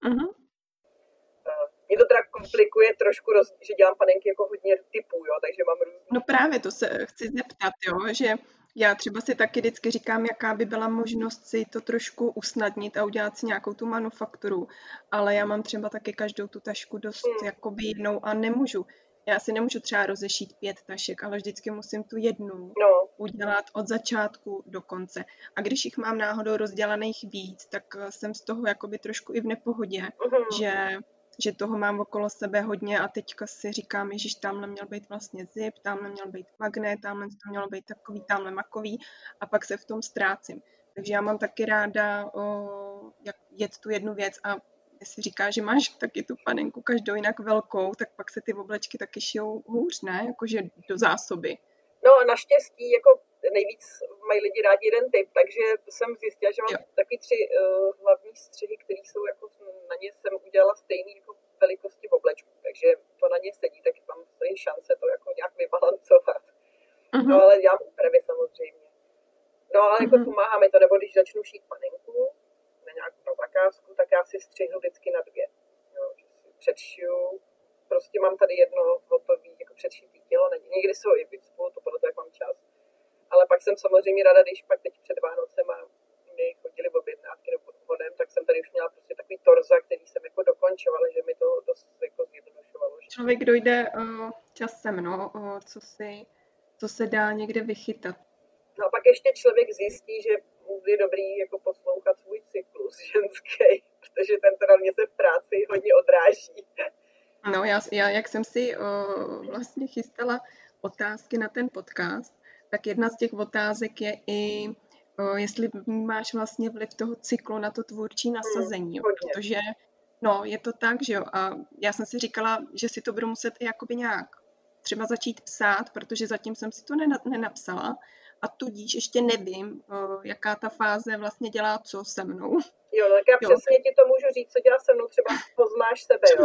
Mě to teda komplikuje trošku, že dělám panenky jako hodně typů, jo, takže mám různý... No právě to se chci zeptat, jo, že já třeba si taky vždycky říkám, jaká by byla možnost si to trošku usnadnit a udělat si nějakou tu manufakturu, ale já mám třeba taky každou tu tašku dost jakoby jednou a nemůžu. Já si nemůžu třeba rozešít 5 tašek, ale vždycky musím tu jednu udělat od začátku do konce. A když jich mám náhodou rozdělaných víc, tak jsem z toho jakoby trošku i v nepohodě, že toho mám okolo sebe hodně a teďka si říkám, ježiš, tamhle měl být vlastně zip, tamhle měl být magnet, tamhle to mělo být takový, tamhle makový a pak se v tom ztrácím. Takže já mám taky ráda jak jet tu jednu věc a jestli říká, že máš taky tu panenku každou jinak velkou, tak pak se ty oblečky taky šijou hůř, ne? Jakože do zásoby. No naštěstí jako nejvíc mají lidi rádi jeden typ, takže jsem zjistila, že mám takový 3 hlavní střihy, které jsou jako, na ně jsem udělala stejný jako velikosti v oblečku, takže to na ně sedí, tak tam je šance to jako nějak vybalancovat. No ale dělám úpravy samozřejmě. No ale jako pomáhá mi to, nebo když začnu šít panenku na nějakou zakázku, tak já si střihnu vždycky na 2. Jo, že si předšiju, prostě mám tady jedno hotový, jako předšitý tělo, někdy jsou i vycpu, to podle toho, jak mám čas. Ale pak jsem samozřejmě ráda, když pak teď před Vánocema mi chodili v objednávky nebo pod vodem, tak jsem tady už měla prostě takový torza, který jsem jako dokončovala, že mi to dost jako zjednodušovalo. Člověk dojde časem, no, co se dá někde vychytat. No a pak ještě člověk zjistí, že je dobrý jako poslouchat svůj cyklus ženský, protože ten teda mě se v práci hodně odráží. No já jak jsem si vlastně chystala otázky na ten podcast, tak jedna z těch otázek je i, jestli máš vlastně vliv toho cyklu na to tvůrčí nasazení, jo, protože no, je to tak, že jo, a já jsem si říkala, že si to budu muset i jakoby nějak třeba začít psát, protože zatím jsem si to nenapsala a tudíž ještě nevím, jaká ta fáze vlastně dělá co se mnou. Jo, tak já přesně ti to můžu říct, co dělá se mnou, třeba poznáš sebe, jo.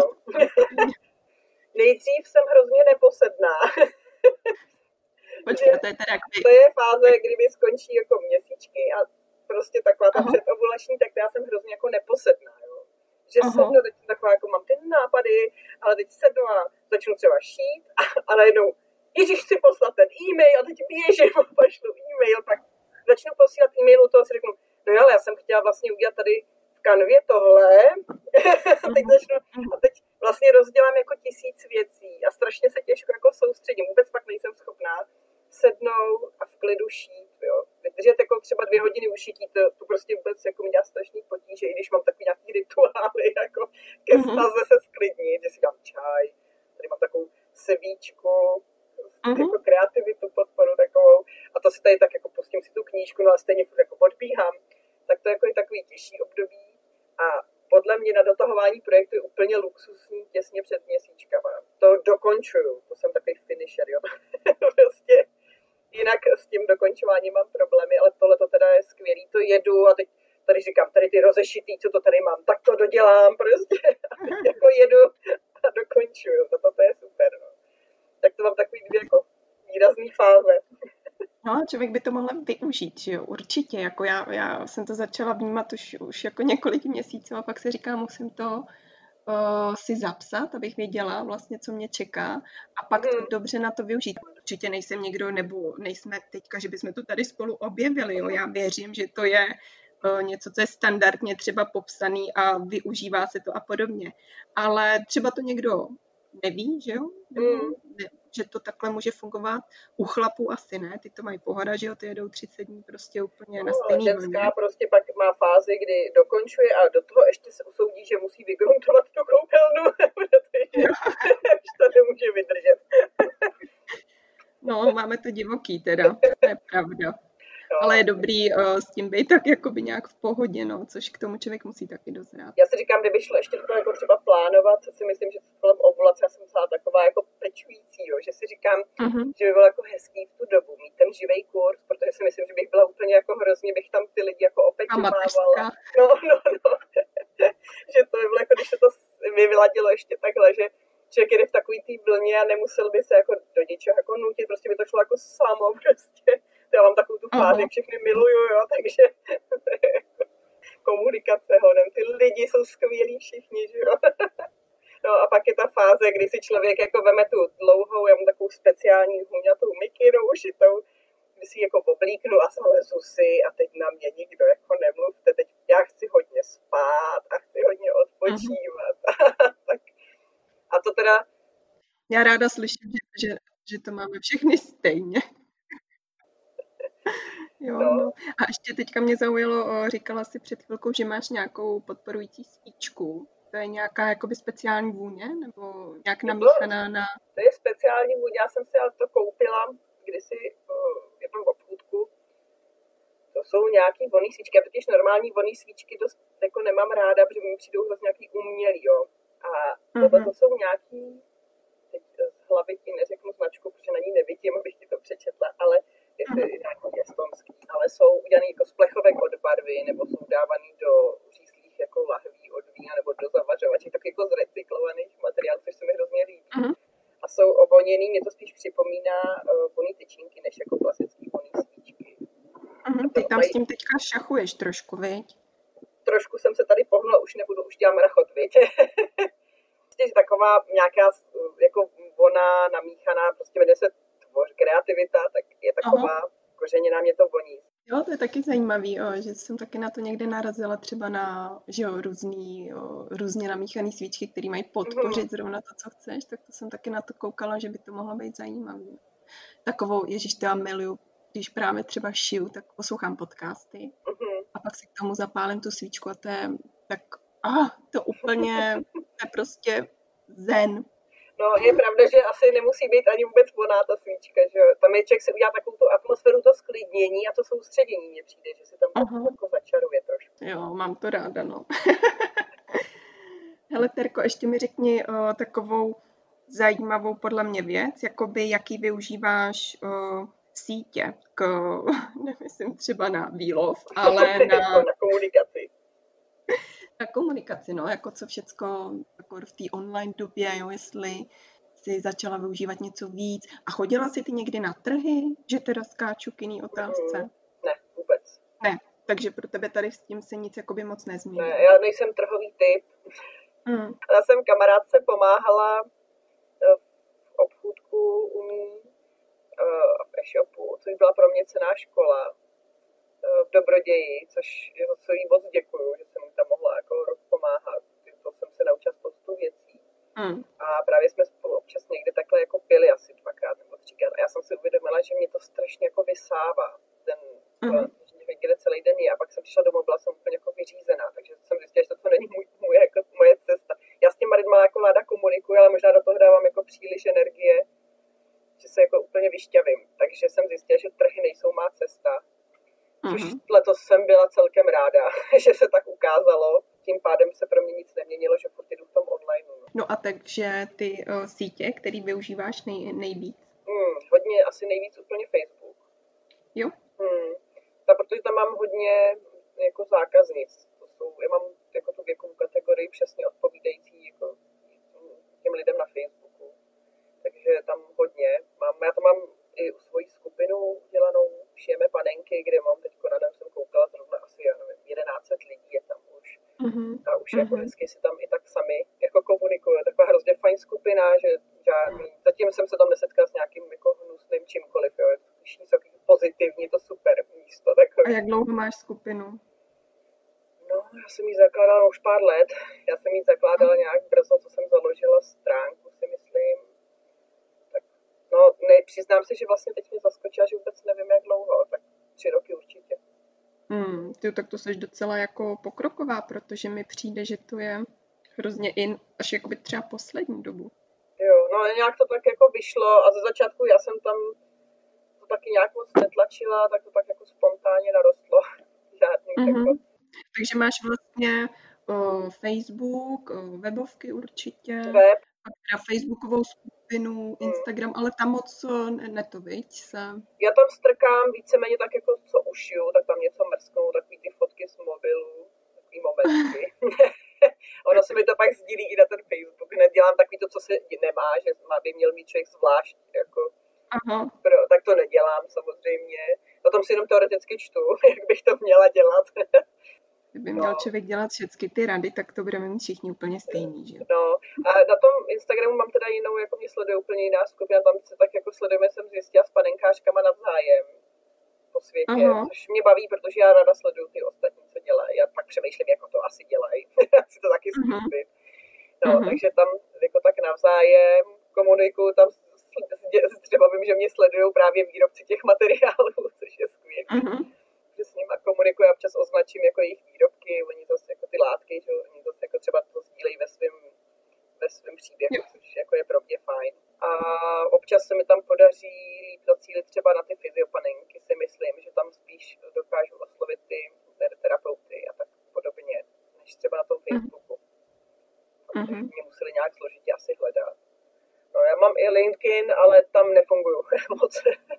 Nejdřív jsem hrozně neposedná. Počkej, to je teda to je fáze, kdy mi skončí jako měsíčky a prostě taková ta předovulační, tak já jsem hrozně jako neposedná, jo. Že sednu, teď taková jako mám ty nápady, ale teď sednu a začnu třeba šít a najednou, ježiš, chci poslat ten e-mail a teď běžím a pošlu e-mail, pak začnu posílat e-mailu, toho si řeknu, no jo, ale já jsem chtěla vlastně udělat tady v Canvě tohle a teď vlastně rozdělám jako 1000 věcí a strašně se těžko jako soustředím, vůbec pak nejsem schopná sednout a v klidu šít, jo. Vydržet jako třeba 2 hodiny ušití, to prostě vůbec jako mi dělá strašný potíže, i když mám takový nějaký rituály, jako ke snaze se sklidnit, že si dám čaj, tady mám takovou svíčku, jako kreativitu podporu takovou, a to si tady tak jako pustím si tu knížku, no a stejně jako odbíhám, tak to jako je takový těžší období a podle mě na dotahování projektu je úplně luxusní těsně před měsíčkama. To dokončuju, to jsem takový finisher, jo. Prostě jinak s tím dokončováním mám problémy, ale tohle to teda je skvělý, to jedu a teď tady říkám, tady ty rozešitý, co to tady mám, tak to dodělám prostě. A teď jako jedu a dokončuju, to je super, no. Tak to mám takový 2 jako výrazný fáze. No, člověk by to mohl využít, že jo, určitě, jako já jsem to začala vnímat už jako několik měsíců a pak si říkám, musím to si zapsat, abych věděla vlastně, co mě čeká a pak to dobře na to využít. Určitě nejsem někdo, nebo nejsme teďka, že bychom to tady spolu objevili, jo, já věřím, že to je něco, co je standardně třeba popsaný a využívá se to a podobně, ale třeba to někdo neví, že jo, že to takhle může fungovat. U chlapů asi ne, ty to mají pohoda, že jo, ty jedou 30 dní prostě úplně na stejný vlně. Ženská prostě pak má fázi, kdy dokončuje a do toho ještě se usoudí, že musí vygruntovat tu koupelnu, protože už to nemůže vydržet. No, máme to divoký teda, to je pravda. No. Ale je dobrý s tím být tak jakoby nějak v pohodě, no, což k tomu člověk musí taky dost rád. Já si říkám, kdyby šlo ještě to jako třeba plánovat, co si myslím, že kolem ovulace, já jsem celá taková jako pečující, jo, že si říkám, že by bylo jako hezký v tu dobu mít ten živej kurz, protože si myslím, že bych byla úplně jako hrozně, bych tam ty lidi jako opečovávala. No. Že to by bylo jako, když se to vyladilo ještě takhle, že člověk jde v takový té vlně a nemusel by se jako do něčeho jako nutit, prostě by to šlo jako samo prostě. Já mám takovou tu fázi, všechny miluju, jo, takže komunikace, honem, ty lidi jsou skvělí všichni, že jo. No a pak je ta fáze, kdy si člověk jako veme tu dlouhou, já mám takovou speciální huňatou mikinu ušitou, kdy si jako oblíknu a zalezu si a teď na mě nikdo jako nemluvte, teď já chci hodně spát a chci hodně odpočívat. Tak. A to teda... Já ráda slyším, že to máme všechny stejně. Jo, no. A ještě teďka mě zaujalo, říkala jsi před chvilkou, že máš nějakou podporující svíčku. To je nějaká jakoby speciální vůně, nebo nějak namíchaná na... To je speciální vůně, já jsem si to koupila kdysi v jednom obchůdku. To jsou nějaký vonný svíčky, já totiž normální vonný svíčky dost jako nemám ráda, protože mi přijdou hrozně nějaký umělý, jo. A to jsou nějaký, teď z hlavy ti neřeknu značku, protože na ní nevidím, abych ti to přečetla, ale jestli nějaký estonský, ale jsou udělaný jako z plechovek od barvy, nebo jsou dávaný do řízlých jako lahví od vína, nebo do zavařovačů, tak jako z recyklovaných materiálů, což se mi hrozně líbí. A jsou ovoněný, mě to spíš připomíná vonný tyčinky, než jako klasický vonný svíčky. Ty tam s tím teďka šachuješ trošku, viď? Trošku jsem se tady pohnula, už dělám rachot, viď? Prostě taková nějaká jako vona namíchaná, prostě jmenuje se kreativita, tak je taková kořeněná, mě to voní. Jo, to je taky zajímavý, že jsem taky na to někde narazila třeba na, že jo, různě namíchaný svíčky, které mají podpořit zrovna to, co chceš, tak to jsem taky na to koukala, že by to mohlo být zajímavý. Takovou, ježiš, to já miluju, když právě třeba šiju, tak poslouchám podcasty a pak si k tomu zapálím tu svíčku a to je tak, to úplně, to je prostě zen. No, je pravda, že asi nemusí být ani vůbec voná ta svíčka, že jo. Tam je člověk si udělá takovou tu atmosféru, to sklidnění a to soustředění mně přijde, že si tam jako začaruje trošku. Jo, mám to ráda, no. Hele, Terko, ještě mi řekni takovou zajímavou podle mě věc, jakoby jaký využíváš sítě nemyslím třeba na výlov, ale na komunikaci. Na komunikaci, no, jako co všecko jako v té online době, jo, jestli jsi začala využívat něco víc. A chodila jsi ty někdy na trhy, že teda skáču k jiný otázce? Ne, vůbec. Ne, takže pro tebe tady s tím se nic jakoby moc nezmění. Ne, já nejsem trhový typ. Já jsem kamarádce pomáhala v obchůdku u ní v e-shopu, což byla pro mě cenná škola v Dobroději, což je za co jí moc děkuju, že jsem mi tam mohla jako rok pomáhat. To jsem se naučila spoustu věcí. A právě jsme spolu občas někde takhle jako pili asi 2krát nebo 3krát. A já jsem si uvědomila, že mě to strašně jako vysává. Že někde celý den je. A pak jsem přišla domů, byla jsem úplně jako vyřízená. Takže jsem zjistila, že to není moje cesta. Já s těma lidma jako ráda komunikuju, ale možná do toho dávám jako příliš energie, že se jako úplně vyšťavím. Takže jsem zjistila, že trhy nejsou má cesta. Což letos jsem byla celkem ráda, že se tak ukázalo. Tím pádem se pro mě nic neměnilo, že furt jdu v tom online. No a takže ty sítě, který využíváš nejvíc? Hodně, asi nejvíc úplně Facebook. Jo? Protože tam mám hodně jako zákaznic. Já mám jako tu věkovou kategorii přesně odpovídající jako těm lidem na Facebooku. Takže tam hodně. Já to mám i u svojí skupinu dělanou, šijeme panenky, kde mám teď konadem, jsem koukala zrovna asi, já nevím, 1100 lidí je tam už. A už jako hezky si tam i tak sami jako komunikuju. Taková hrozně fajn skupina, že zatím jsem se tam nesetkala s nějakým jako hnusným čímkoliv, jo. Když něco pozitivní, to super místo. Takový. A jak dlouho máš skupinu? No, já jsem ji zakládala už pár let. Já jsem ji zakládala nějak brzo, co jsem založila stránku, si myslím. No, přiznám se, že vlastně teď mě zaskočila, že vůbec nevím, jak dlouho, tak 3 roky určitě. Tak to jsi docela jako pokroková, protože mi přijde, že to je hrozně až jakoby třeba poslední dobu. Jo, no nějak to tak jako vyšlo a ze začátku já jsem tam to taky nějak moc netlačila, tak to tak jako spontánně narostlo. Žádný Takže máš vlastně Facebook, webovky určitě, Web. pak teda facebookovou skupinu, Instagram, ale tam moc ne to, viď, se... Já tam strkám víceméně tak jako co ušiju, tak tam něco mrsknu, takový ty fotky z mobilu, takový momentky. Ono se mi to pak sdílí i na ten Facebook. Nedělám takový to, co se nemá, že by měl mít člověk zvlášť, jako tak to nedělám samozřejmě. O tom si jenom teoreticky čtu, jak bych to měla dělat. Kdyby měl člověk dělat všechny ty rady, tak to budeme mít všichni úplně stejný, že? No a na tom Instagramu mám teda jinou, jako mě sleduje úplně jiná skupina, tam se tak jako sledujeme, jsem zjistila s panenkářkama navzájem po světě, což mě baví, protože já ráda sleduju ty ostatní, co dělají. Já pak přemýšlím, jako to asi dělají. Si to taky zkusím. No, takže tam jako tak navzájem komunikuju, tam třeba vím, že mě sledují právě výrobci těch materiálů, což je skvělé. Že s nima komunikuju a občas označím jako jejich výrobky, oni zase jako ty látky, že oni zase jako třeba to sdílejí ve svém příběhu, což jako je pro mě fajn. A občas se mi tam podaří líp zacílit třeba na ty fyziopanenky, si myslím, že tam spíš dokážu oslovit ty terapeuty a tak podobně, než třeba na tom Facebooku. Mě museli nějak složitě asi hledat. No, já mám i LinkedIn, ale tam nefunguju moc.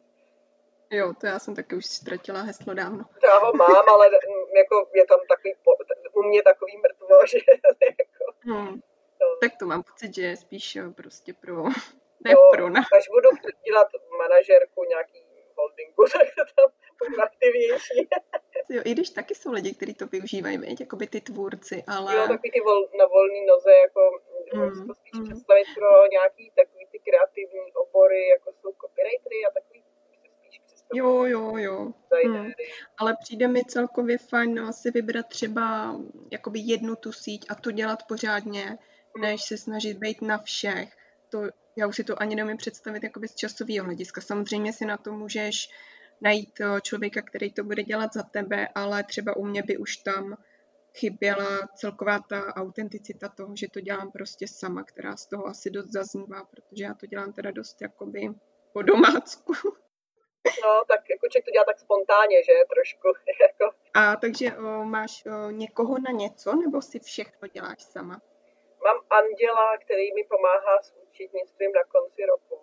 Jo, to já jsem taky už ztratila heslo dávno. Já ho mám, ale jako je tam takový, u mě takový mrtvo, že jako... No. Tak to mám pocit, že je spíš prostě pro... pro nás. Až budu dělat manažerku nějaký holdingu, tak to tam budu aktivnější. Jo, i když taky jsou lidi, kteří to využívají, věď, jako by ty tvůrci, ale... Jo, takový ty na volný noze, jako to spíš představit pro nějaký takový ty kreativní obory, jako jsou copywritery a takový spíš představit. Jo. Ale přijde mi celkově fajn si vybrat třeba jakoby jednu tu síť a to dělat pořádně, než se snažit být na všech. To, já už si to ani nemůžu představit jakoby z časového hlediska. Samozřejmě si na to můžeš najít člověka, který to bude dělat za tebe, ale třeba u mě by už tam chyběla celková ta autenticita toho, že to dělám prostě sama, která z toho asi dost zaznívá, protože já to dělám teda dost jakoby po domácku. No, tak jako člověk to dělá tak spontánně, že trošku. Jako. A takže máš někoho na něco, nebo si všechno děláš sama? Mám Anděla, který mi pomáhá s účetnictvím na konci roku.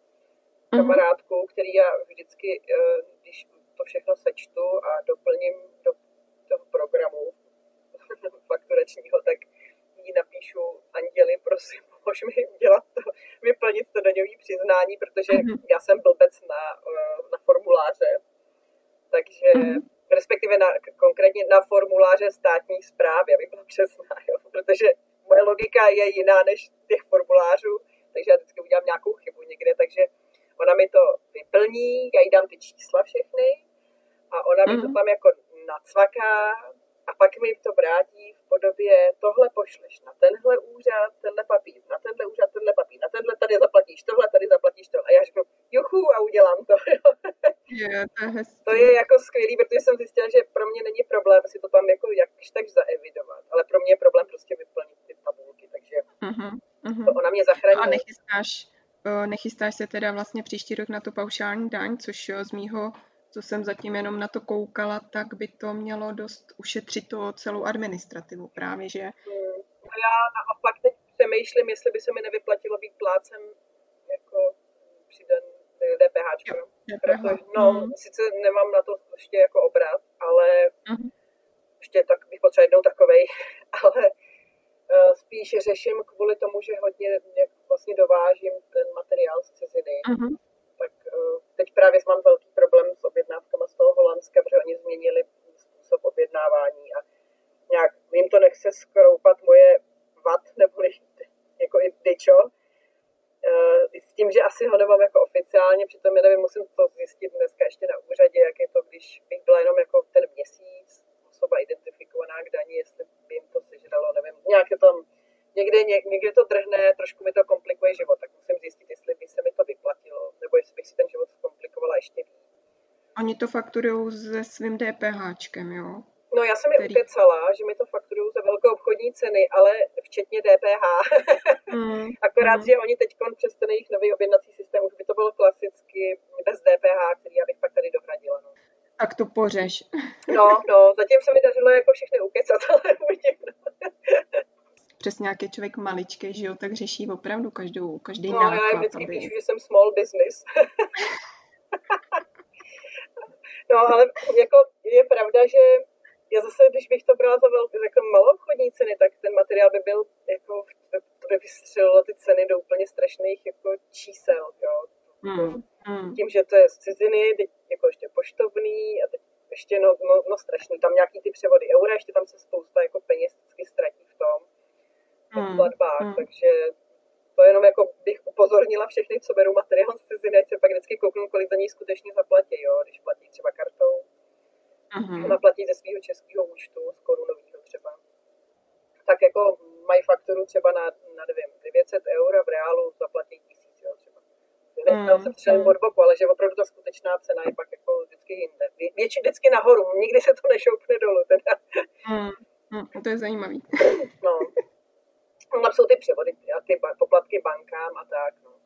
Kamarádku, který já vždycky, když to všechno sečtu a doplním do toho programu fakturačního, tak jí napíšu: Anděli, prosím, pomož mi udělat to, vyplnit to daňové přiznání, protože já jsem blbec na formuláře, takže respektive konkrétně na formuláře státní správy, aby byla přesná, jo, protože moje logika je jiná než těch formulářů, takže já vždycky udělám nějakou chybu někde, takže ona mi to vyplní, já jí dám ty čísla všechny a ona mi to tam jako nacvaká a pak mi to vrátí v podobě: tohle pošleš na tenhle úřad, tenhle papír, na tenhle úřad, tenhle papír, na tenhle tady zaplatíš tohle, tady zaplatíš tohle. A já řeknu: juchu, a udělám to. To je jako skvělý, protože jsem zjistila, že pro mě není problém si to tam jako jakž tak zaevidovat, ale pro mě je problém prostě vyplnit ty tabulky, takže to ona mě zachrání. A nechystáš se teda vlastně příští rok na to paušální daň, což z mýho, co jsem zatím jenom na to koukala, tak by to mělo dost ušetřit to celou administrativu právě, že? Já naopak teď přemýšlím, jestli by se mi nevyplatilo být plátcem jako přidan DPH. Protože, sice nemám na to ještě jako obrat, ale ještě tak bych potřeba jednou takovej, ale spíš řeším kvůli tomu, že hodně vlastně dovážím ten materiál z ciziny. Tak teď právě mám velký problém s objednávkama z toho Holandska, protože oni změnili způsob objednávání a nějak jim to nechce skroupat moje VAT neboli jako i dičo. S tím, že asi ho nemám jako oficiálně, přitom já nevím, musím to zjistit dneska ještě na úřadě, jak je to, když bych byla jenom jako ten měsíc osoba identifikovaná k dani, jestli by jim to sežralo, nevím, nějak je tam, někde to drhne, trošku mi to komplikuje život, tak musím zjistit, jestli by se mi to vyplatilo, nebo jestli bych si ten život zkomplikovala ještě víc. Oni to fakturujou se svým DPHčkem, jo? No já jsem je ukecala, že mi to fakturují za velkou obchodní ceny, ale včetně DPH. Akorát, že oni teď přes ten jejich nový objednací systém už by to bylo klasicky bez DPH, který já bych pak tady dohradila. No. Tak to pořeš. No, zatím se mi dařilo jako všechny ukecat, ale uvidím. přesně jak je člověk maličký, že jo, tak řeší opravdu každý No, já jim náklad, vždycky aby... píšu, že jsem small business. No, ale jako je pravda, že já zase, když bych to brala za jako maloobchodní ceny, tak ten materiál by byl jako, to by vystřelilo ty ceny do úplně strašných jako čísel, jo. Tím, že to je z ciziny, teď jako ještě poštovný a teď ještě no strašný. Tam nějaký ty převody eura, ještě tam se spousta jako peněz vždycky ztratí v tom platbách, takže to jenom jako bych upozornila všechny, co berou materiál z ciziny, ať se pak vždycky kouknu, kolik za něj skutečně zaplatí, jo, když platí třeba kartou. Ona platí ze svého českého účtu, z korunového třeba. Tak jako mají fakturu třeba na nevím, 900 eur a v reálu zaplatí 1000, jo, třeba. Nechal se přijel od boku, ale že opravdu ta skutečná cena je pak jako vždycky jinde. Větší vždycky nahoru, nikdy se to nešoupne dolů, teda. To je zajímavý. No. Tam jsou ty převody, ty poplatky bankám a tak, no.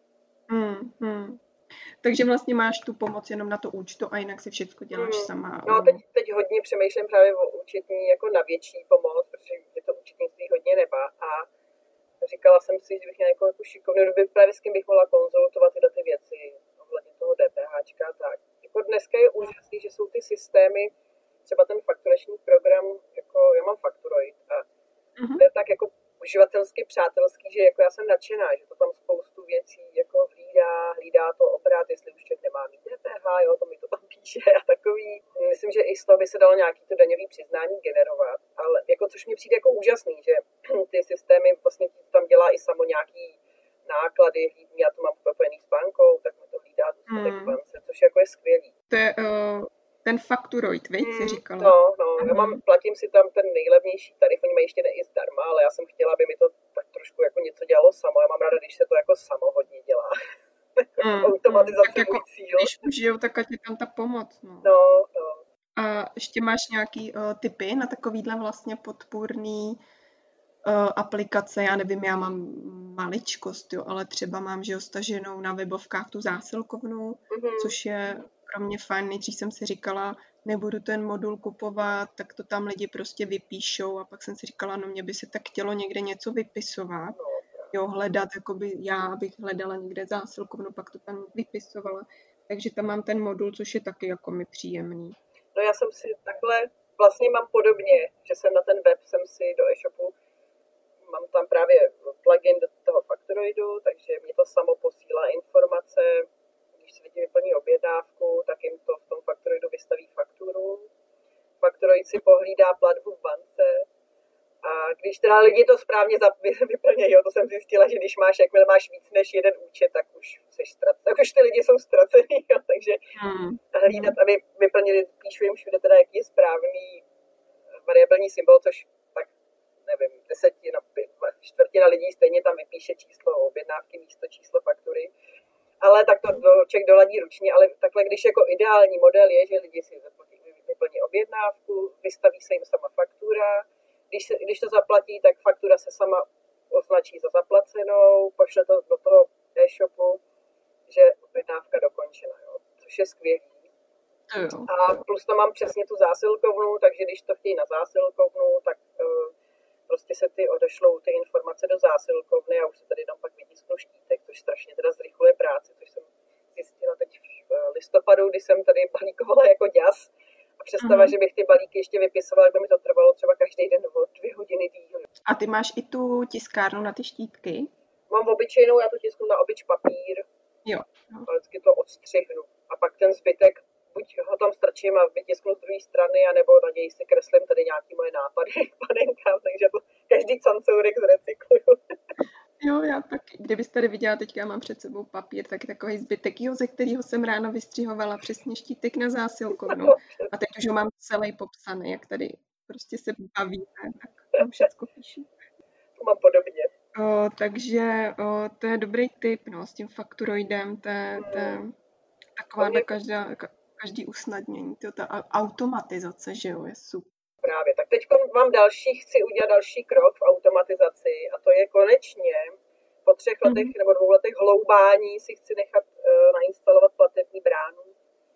Takže vlastně máš tu pomoc jenom na to účtu a jinak si všechno děláš sama. No teď hodně přemýšlím právě o účetní jako na větší pomoc, protože je to účetnictví hodně neba a říkala jsem si, že bych měla jako šikovnou doby, právě s kým bych mohla konzultovat tyhle ty věci ohledně toho DPHčka a tak. Jako dneska je úžasný, že jsou ty systémy, třeba ten fakturační program, jako já mám Fakturoid a to je tak jako uživatelsky přátelský, že jako já jsem nadšená, že to tam spoustu věcí jako hlídá to obrat, jestli už člověk nemá mít DPH, jo, to mi to tam píše a takový. Myslím, že i z toho by se dalo nějaký to daňový přiznání generovat, ale jako což mi přijde jako úžasný, že ty systémy vlastně tam dělá i samo nějaký náklady, já to mám propojený s bankou, tak mi to hlídá v bance, což jako je skvělý. To je ten Fakturoid, viď, si říkala? No, já platím si tam ten nejlevnější tarif, oni mají ještě i zdarma, ale já jsem chtěla, aby mi to tak trošku jako něco dělalo samo. Já mám ráda, když se to jako samo hodně dělá. Automatizace tak jako, můj cíl. Když už žijou, tak ať je tam ta pomoc. No. A ještě máš nějaký tipy na takovýhle vlastně podpůrný aplikace? Já nevím, já mám maličkost, jo, ale třeba mám, že jo, staženou na webovkách tu zásilkovnu, což je pro mě fajn. Nejdřív jsem si říkala, nebudu ten modul kupovat, tak to tam lidi prostě vypíšou a pak jsem si říkala, no mě by se tak chtělo někde něco vypisovat, jo, hledat, jakoby já bych hledala někde zásilkovnu, pak to tam vypisovala, takže tam mám ten modul, což je taky jako mi příjemný. No já jsem si takhle, vlastně mám podobně, že jsem na ten web, jsem si do e-shopu, mám tam právě plugin do toho Fakturoidu, takže mě to samo posílá informace. Když si lidi vyplní objednávku, tak jim to v tom Fakturoidu vystaví fakturu. Fakturoid si pohlídá platbu v bance. A když teda lidi to správně vyplnějí, to jsem zjistila, že když jakmile máš víc než jeden účet, tak už seš ztracený. Tak už ty lidi jsou ztracený, jo, takže hlídat, aby vyplnili, píšu jim všude teda, jaký je správný variabilní symbol, což tak nevím, čtvrtina lidí stejně tam vypíše číslo objednávky místo číslo faktury. Ale tak to člověk doladí ručně, ale takhle, když jako ideální model je, že lidi si vyplní objednávku, vystaví se jim sama faktura, když to zaplatí, tak faktura se sama označí za zaplacenou, pošle to do toho e-shopu, že objednávka dokončena, jo, což je skvělý. A plus tam mám přesně tu zásilkovnu, takže když to chtějí na zásilkovnu, tak prostě se odešlou ty informace do zásilkovny a už se tady tam pak vytisknu štítek, což strašně teda zrychluje práci, což jsem zjistila teď v listopadu, kdy jsem tady balíkovala jako děs. A představa, že bych ty balíky ještě vypisovala, by mi to trvalo třeba každý den o 2 hodiny díl. A ty máš i tu tiskárnu na ty štítky? Mám obyčejnou, já to tisknu na obyč papír. Jo. A vždycky to odstřihnu. A pak ten zbytek, buď ho tam strčím a vytisknu z druhé strany, anebo na něj si kreslím tady nějaký moje nápady panenkám, takže to každý cancourek zrecykluju. Jo, já taky. Kdybyste tady viděla, teďka já mám před sebou papír, tak takový zbytek, ze kterého jsem ráno vystřihovala přesně štítek na zásilkovnu. A teď už ho mám celý popsaný, jak tady prostě se bavíme, tak tam všecko píšu. To mám podobně. Takže to je dobrý tip, s tím Fakturoidem, to je taková každý usnadnění, ta automatizace, že jo, je super. Právě, tak teď chci udělat další krok v automatizaci a to je konečně po 3 letech nebo 2 letech hloubání si chci nechat nainstalovat platební bránu.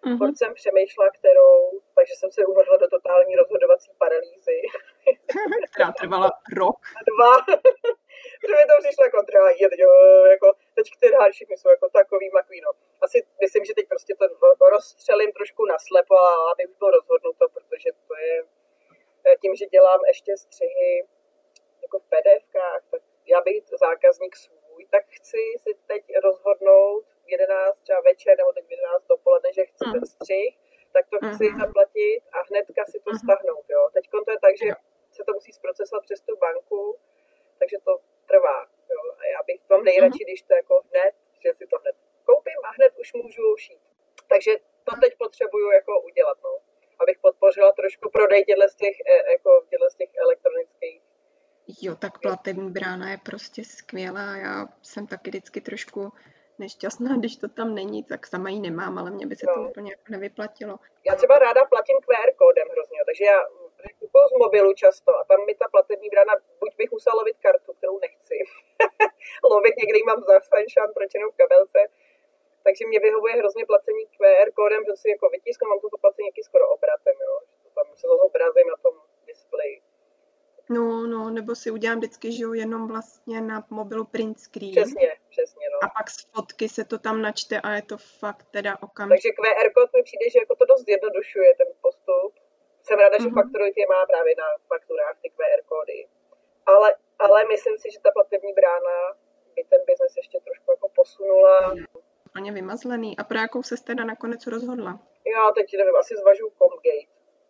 Mhm. Furt jsem přemýšlela, kterou, takže jsem se uvrhla do totální rozhodovací paralýzy. Která trvala rok. Dva. Protože mi to přišlo jako drahý, jako teď která všichni jsou jako takový makví, no. Asi myslím, že teď prostě to rozstřelím trošku naslepo, aby už bylo rozhodnuto, protože to je tím, že dělám ještě střihy jako v PDFkách, tak já být zákazník svůj, tak chci si teď rozhodnout v 11 třeba večer nebo teď v 11 dopoledne, že chci ten střih, tak to chci zaplatit a hnedka si to stáhnout, jo. Teď to je tak, že se to musí zprocesovat přes tu banku, takže to trvá, jo. A já bych to nejradši, když to jako hned, že si to hned koupím a hned už můžu šít. Takže to teď potřebuju jako udělat, no. Abych podpořila trošku prodej těchto z těch elektronických. Jo, tak platební brána je prostě skvělá. Já jsem taky vždycky trošku nešťastná, když to tam není, tak sama ji nemám, ale mně by se to úplně jako nevyplatilo. Já třeba ráda platím QR kódem hrozně, takže já kupuju z mobilu často a tam mi ta platební brána, buď bych musela lovit kartu, kterou nechci, lovit někde ji mám zafanšán pročenou v kabelce, takže mě vyhovuje hrozně placení QR kódem, že si jako vytisknu, mám to placení jaký skoro obratem, jo, že to tam se to zobrazím na tom displeji. No, nebo si udělám vždycky, že jo, jenom vlastně na mobilu print screen. Přesně, no. A pak z fotky se to tam načte a je to fakt teda okamžitě. Takže QR kód mi přijde, že jako to dost zjednodušuje ten postup. Jsem ráda, že Factory má právě na fakturách ty QR kódy. Ale myslím si, že ta platební brána by ten biznes ještě trošku jako posunula. Úplně vymazlený. A pro jakou se teda nakonec rozhodla? Já teď nevím, asi zvažuji Comgate.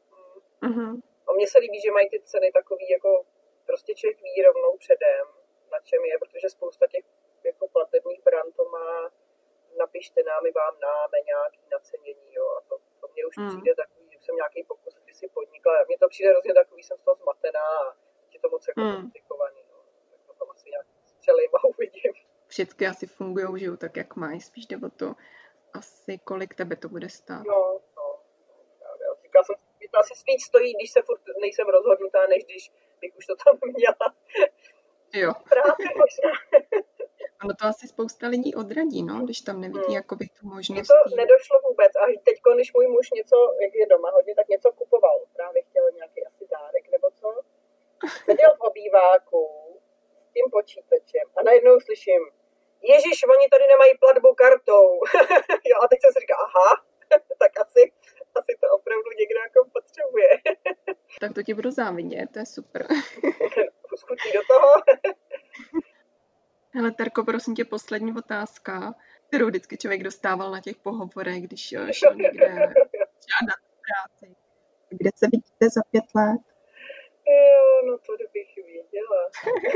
A mně se líbí, že mají ty ceny takový, jako prostě člověk ví rovnou předem, na čem je, protože spousta těch jako platebních brán to má, napište nám, my vám dáme nějaký nacenění, jo, a to mně už přijde takový, že jsem nějaký pokus, když si podnikla, mně to přijde hrozně takový, jsem z toho zmatená a je to moc jako komplikovaný, no, tak to tam asi nějak střelím a uvidím. Všechny asi fungujou, že jo, tak jak mají, spíš jde o to, asi kolik tebe to bude stát. No, já říkala jsem, že to asi spíš stojí, když se furt nejsem rozhodnutá, než když bych už to tam měla. Jo. Práce možná. Ono to asi spousta lidí odradí, no, když tam nevidí jakoby tu možnost. Mně to nedošlo vůbec a teď, když můj muž něco, jak je doma hodně, tak něco kupoval. Právě chtěl nějaký asi dárek nebo co. Seděl v obýváku s tím počítačem a najednou slyším, Ježíš, oni tady nemají platbu kartou. Jo, a teď jsem si říkal, aha, tak asi to opravdu někdo jako potřebuje. Tak to ti budu závidět, to je super. Schutí do toho. Hele, Terko, prosím tě, poslední otázka, kterou vždycky člověk dostával na těch pohovorech, když šel někde žádat práci. Kde se vidíte za 5 let? Jo, no to bych věděla.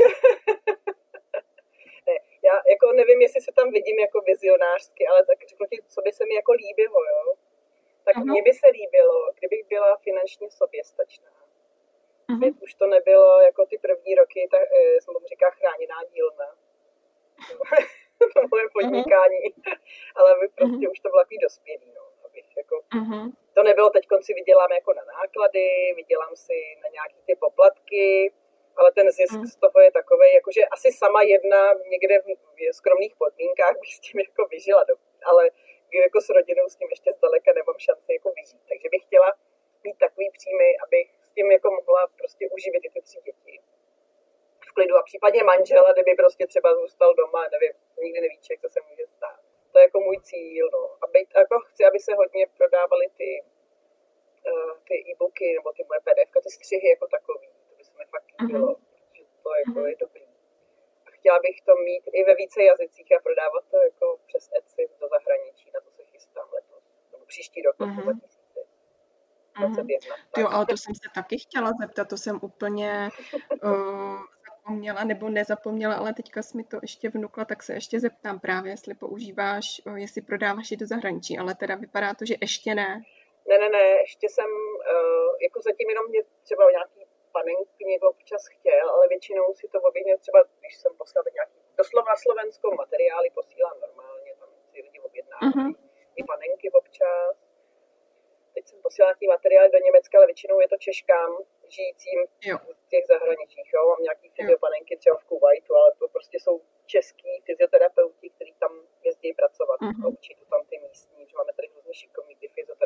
Ne, já jako nevím, jestli se tam vidím jako vizionářsky, ale tak řeknu ti, co by se mi jako líbilo, jo. Tak mně by se líbilo, kdybych byla finančně soběstačná. Teď už to nebylo jako ty první roky, tak jsem tomu říká chráněná dílna. To moje podnikání. Ale aby prostě už to bylo takový dospělý, no. Abych jako, to nebylo teď, si vydělám jako na náklady, vydělám si na nějaký ty poplatky, ale ten zisk z toho je takovej, jakože asi sama jedna někde v skromných podmínkách bych s tím jako vyžila, ale jako s rodinou s tím ještě zdaleka nemám šanci jako vyžít. Takže bych chtěla mít takový příjmy, abych s tím jako mohla prostě uživit i ty 3 děti v klidu a případně manžela, kdyby prostě třeba zůstal doma, nevím, nikdy neví, co se může stát. To je jako můj cíl, no. Jako chci, aby se hodně prodávaly ty e-booky nebo ty moje PDF, ty střihy jako takový. To by se mi fakt líbilo, že to jako je dobrý. A chtěla bych to mít i ve více jazycích a prodávat to jako přes Etsy do zahraničí, na to se chystám letos. Nebo příští rok, 2021. Jo, ale to jsem se taky chtěla zeptat, to jsem úplně zapomněla nebo nezapomněla, ale teďka jsi mi to ještě vnukla, tak se ještě zeptám právě, jestli používáš, jestli prodáváš i do zahraničí, ale teda vypadá to, že ještě ne. Ne, ještě jsem, jako zatím jenom mě třeba nějaký panenky někdo občas chtěl, ale většinou si to objedně třeba, když jsem poslala tak nějaký, doslova na Slovenskou materiály posílám normálně, tam si lidi objednávají, i panenky občas. Teď jsem posílala nějaký materiály do Německa, ale většinou je to Češkám žijícím v těch zahraničích. Jo? Mám nějaký fyziopanenky třeba v Kuwaitu, ale to prostě jsou český fyzioterapeuti, kteří tam jezdí pracovat a učí to tam ty místní, že máme tady hrozně šikovní ty fyzioterapeutky.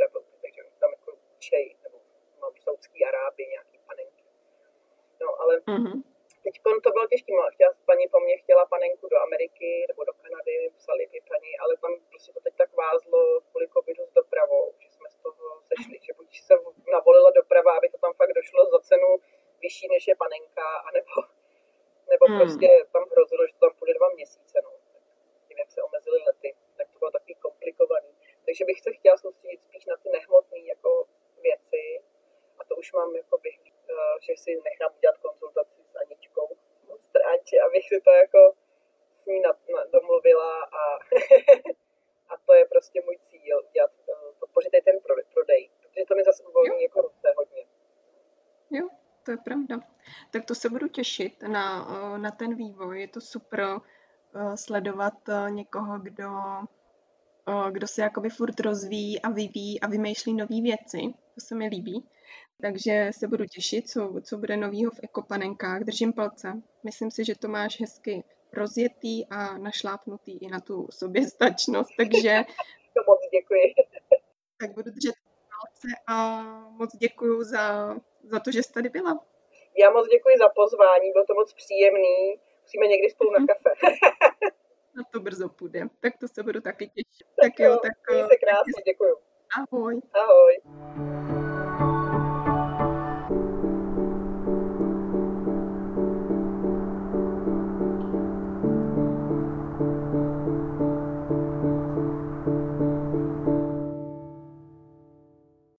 paní po mně chtěla panenku do Ameriky nebo do Kanady, psali by paní, ale tam prostě to teď tak vázlo kvůli covidu s dopravou, že jsme z toho sešli, že buď se navolila doprava, aby to tam fakt došlo za cenu vyšší než je panenka, nebo prostě tam hrozilo, že to tam půjde 2 měsíce, no. Tím, jak se omezily lety, tak to bylo takový komplikovaný. Takže bych se chtěla soustředit spíš na ty nehmotné jako věci a to už mám jako bych, že si nechám udělat konzultaci s Aničkou od Stráči, abych si to jako s ní domluvila a to je prostě můj cíl, podpořit ten prodej, protože to mi zase uvolní jako ruce hodně. Jo, to je pravda. Tak to se budu těšit na ten vývoj. Je to super sledovat někoho, kdo se jakoby furt rozvíjí a vyvíjí a vymýšlí nové věci. To se mi líbí. Takže se budu těšit, co bude novýho v ekopanenkách. Držím palce. Myslím si, že to máš hezky rozjetý a našlápnutý i na tu soběstačnost, takže To moc děkuji. Tak budu držet palce a moc děkuju za to, že jsi tady byla. Já moc děkuji za pozvání, bylo to moc příjemný. Musíme někdy spolu na kafe. Na to brzo půjde, tak to se budu taky těšit. Tak jo, tak měj se krásně, děkuju. Ahoj. Ahoj.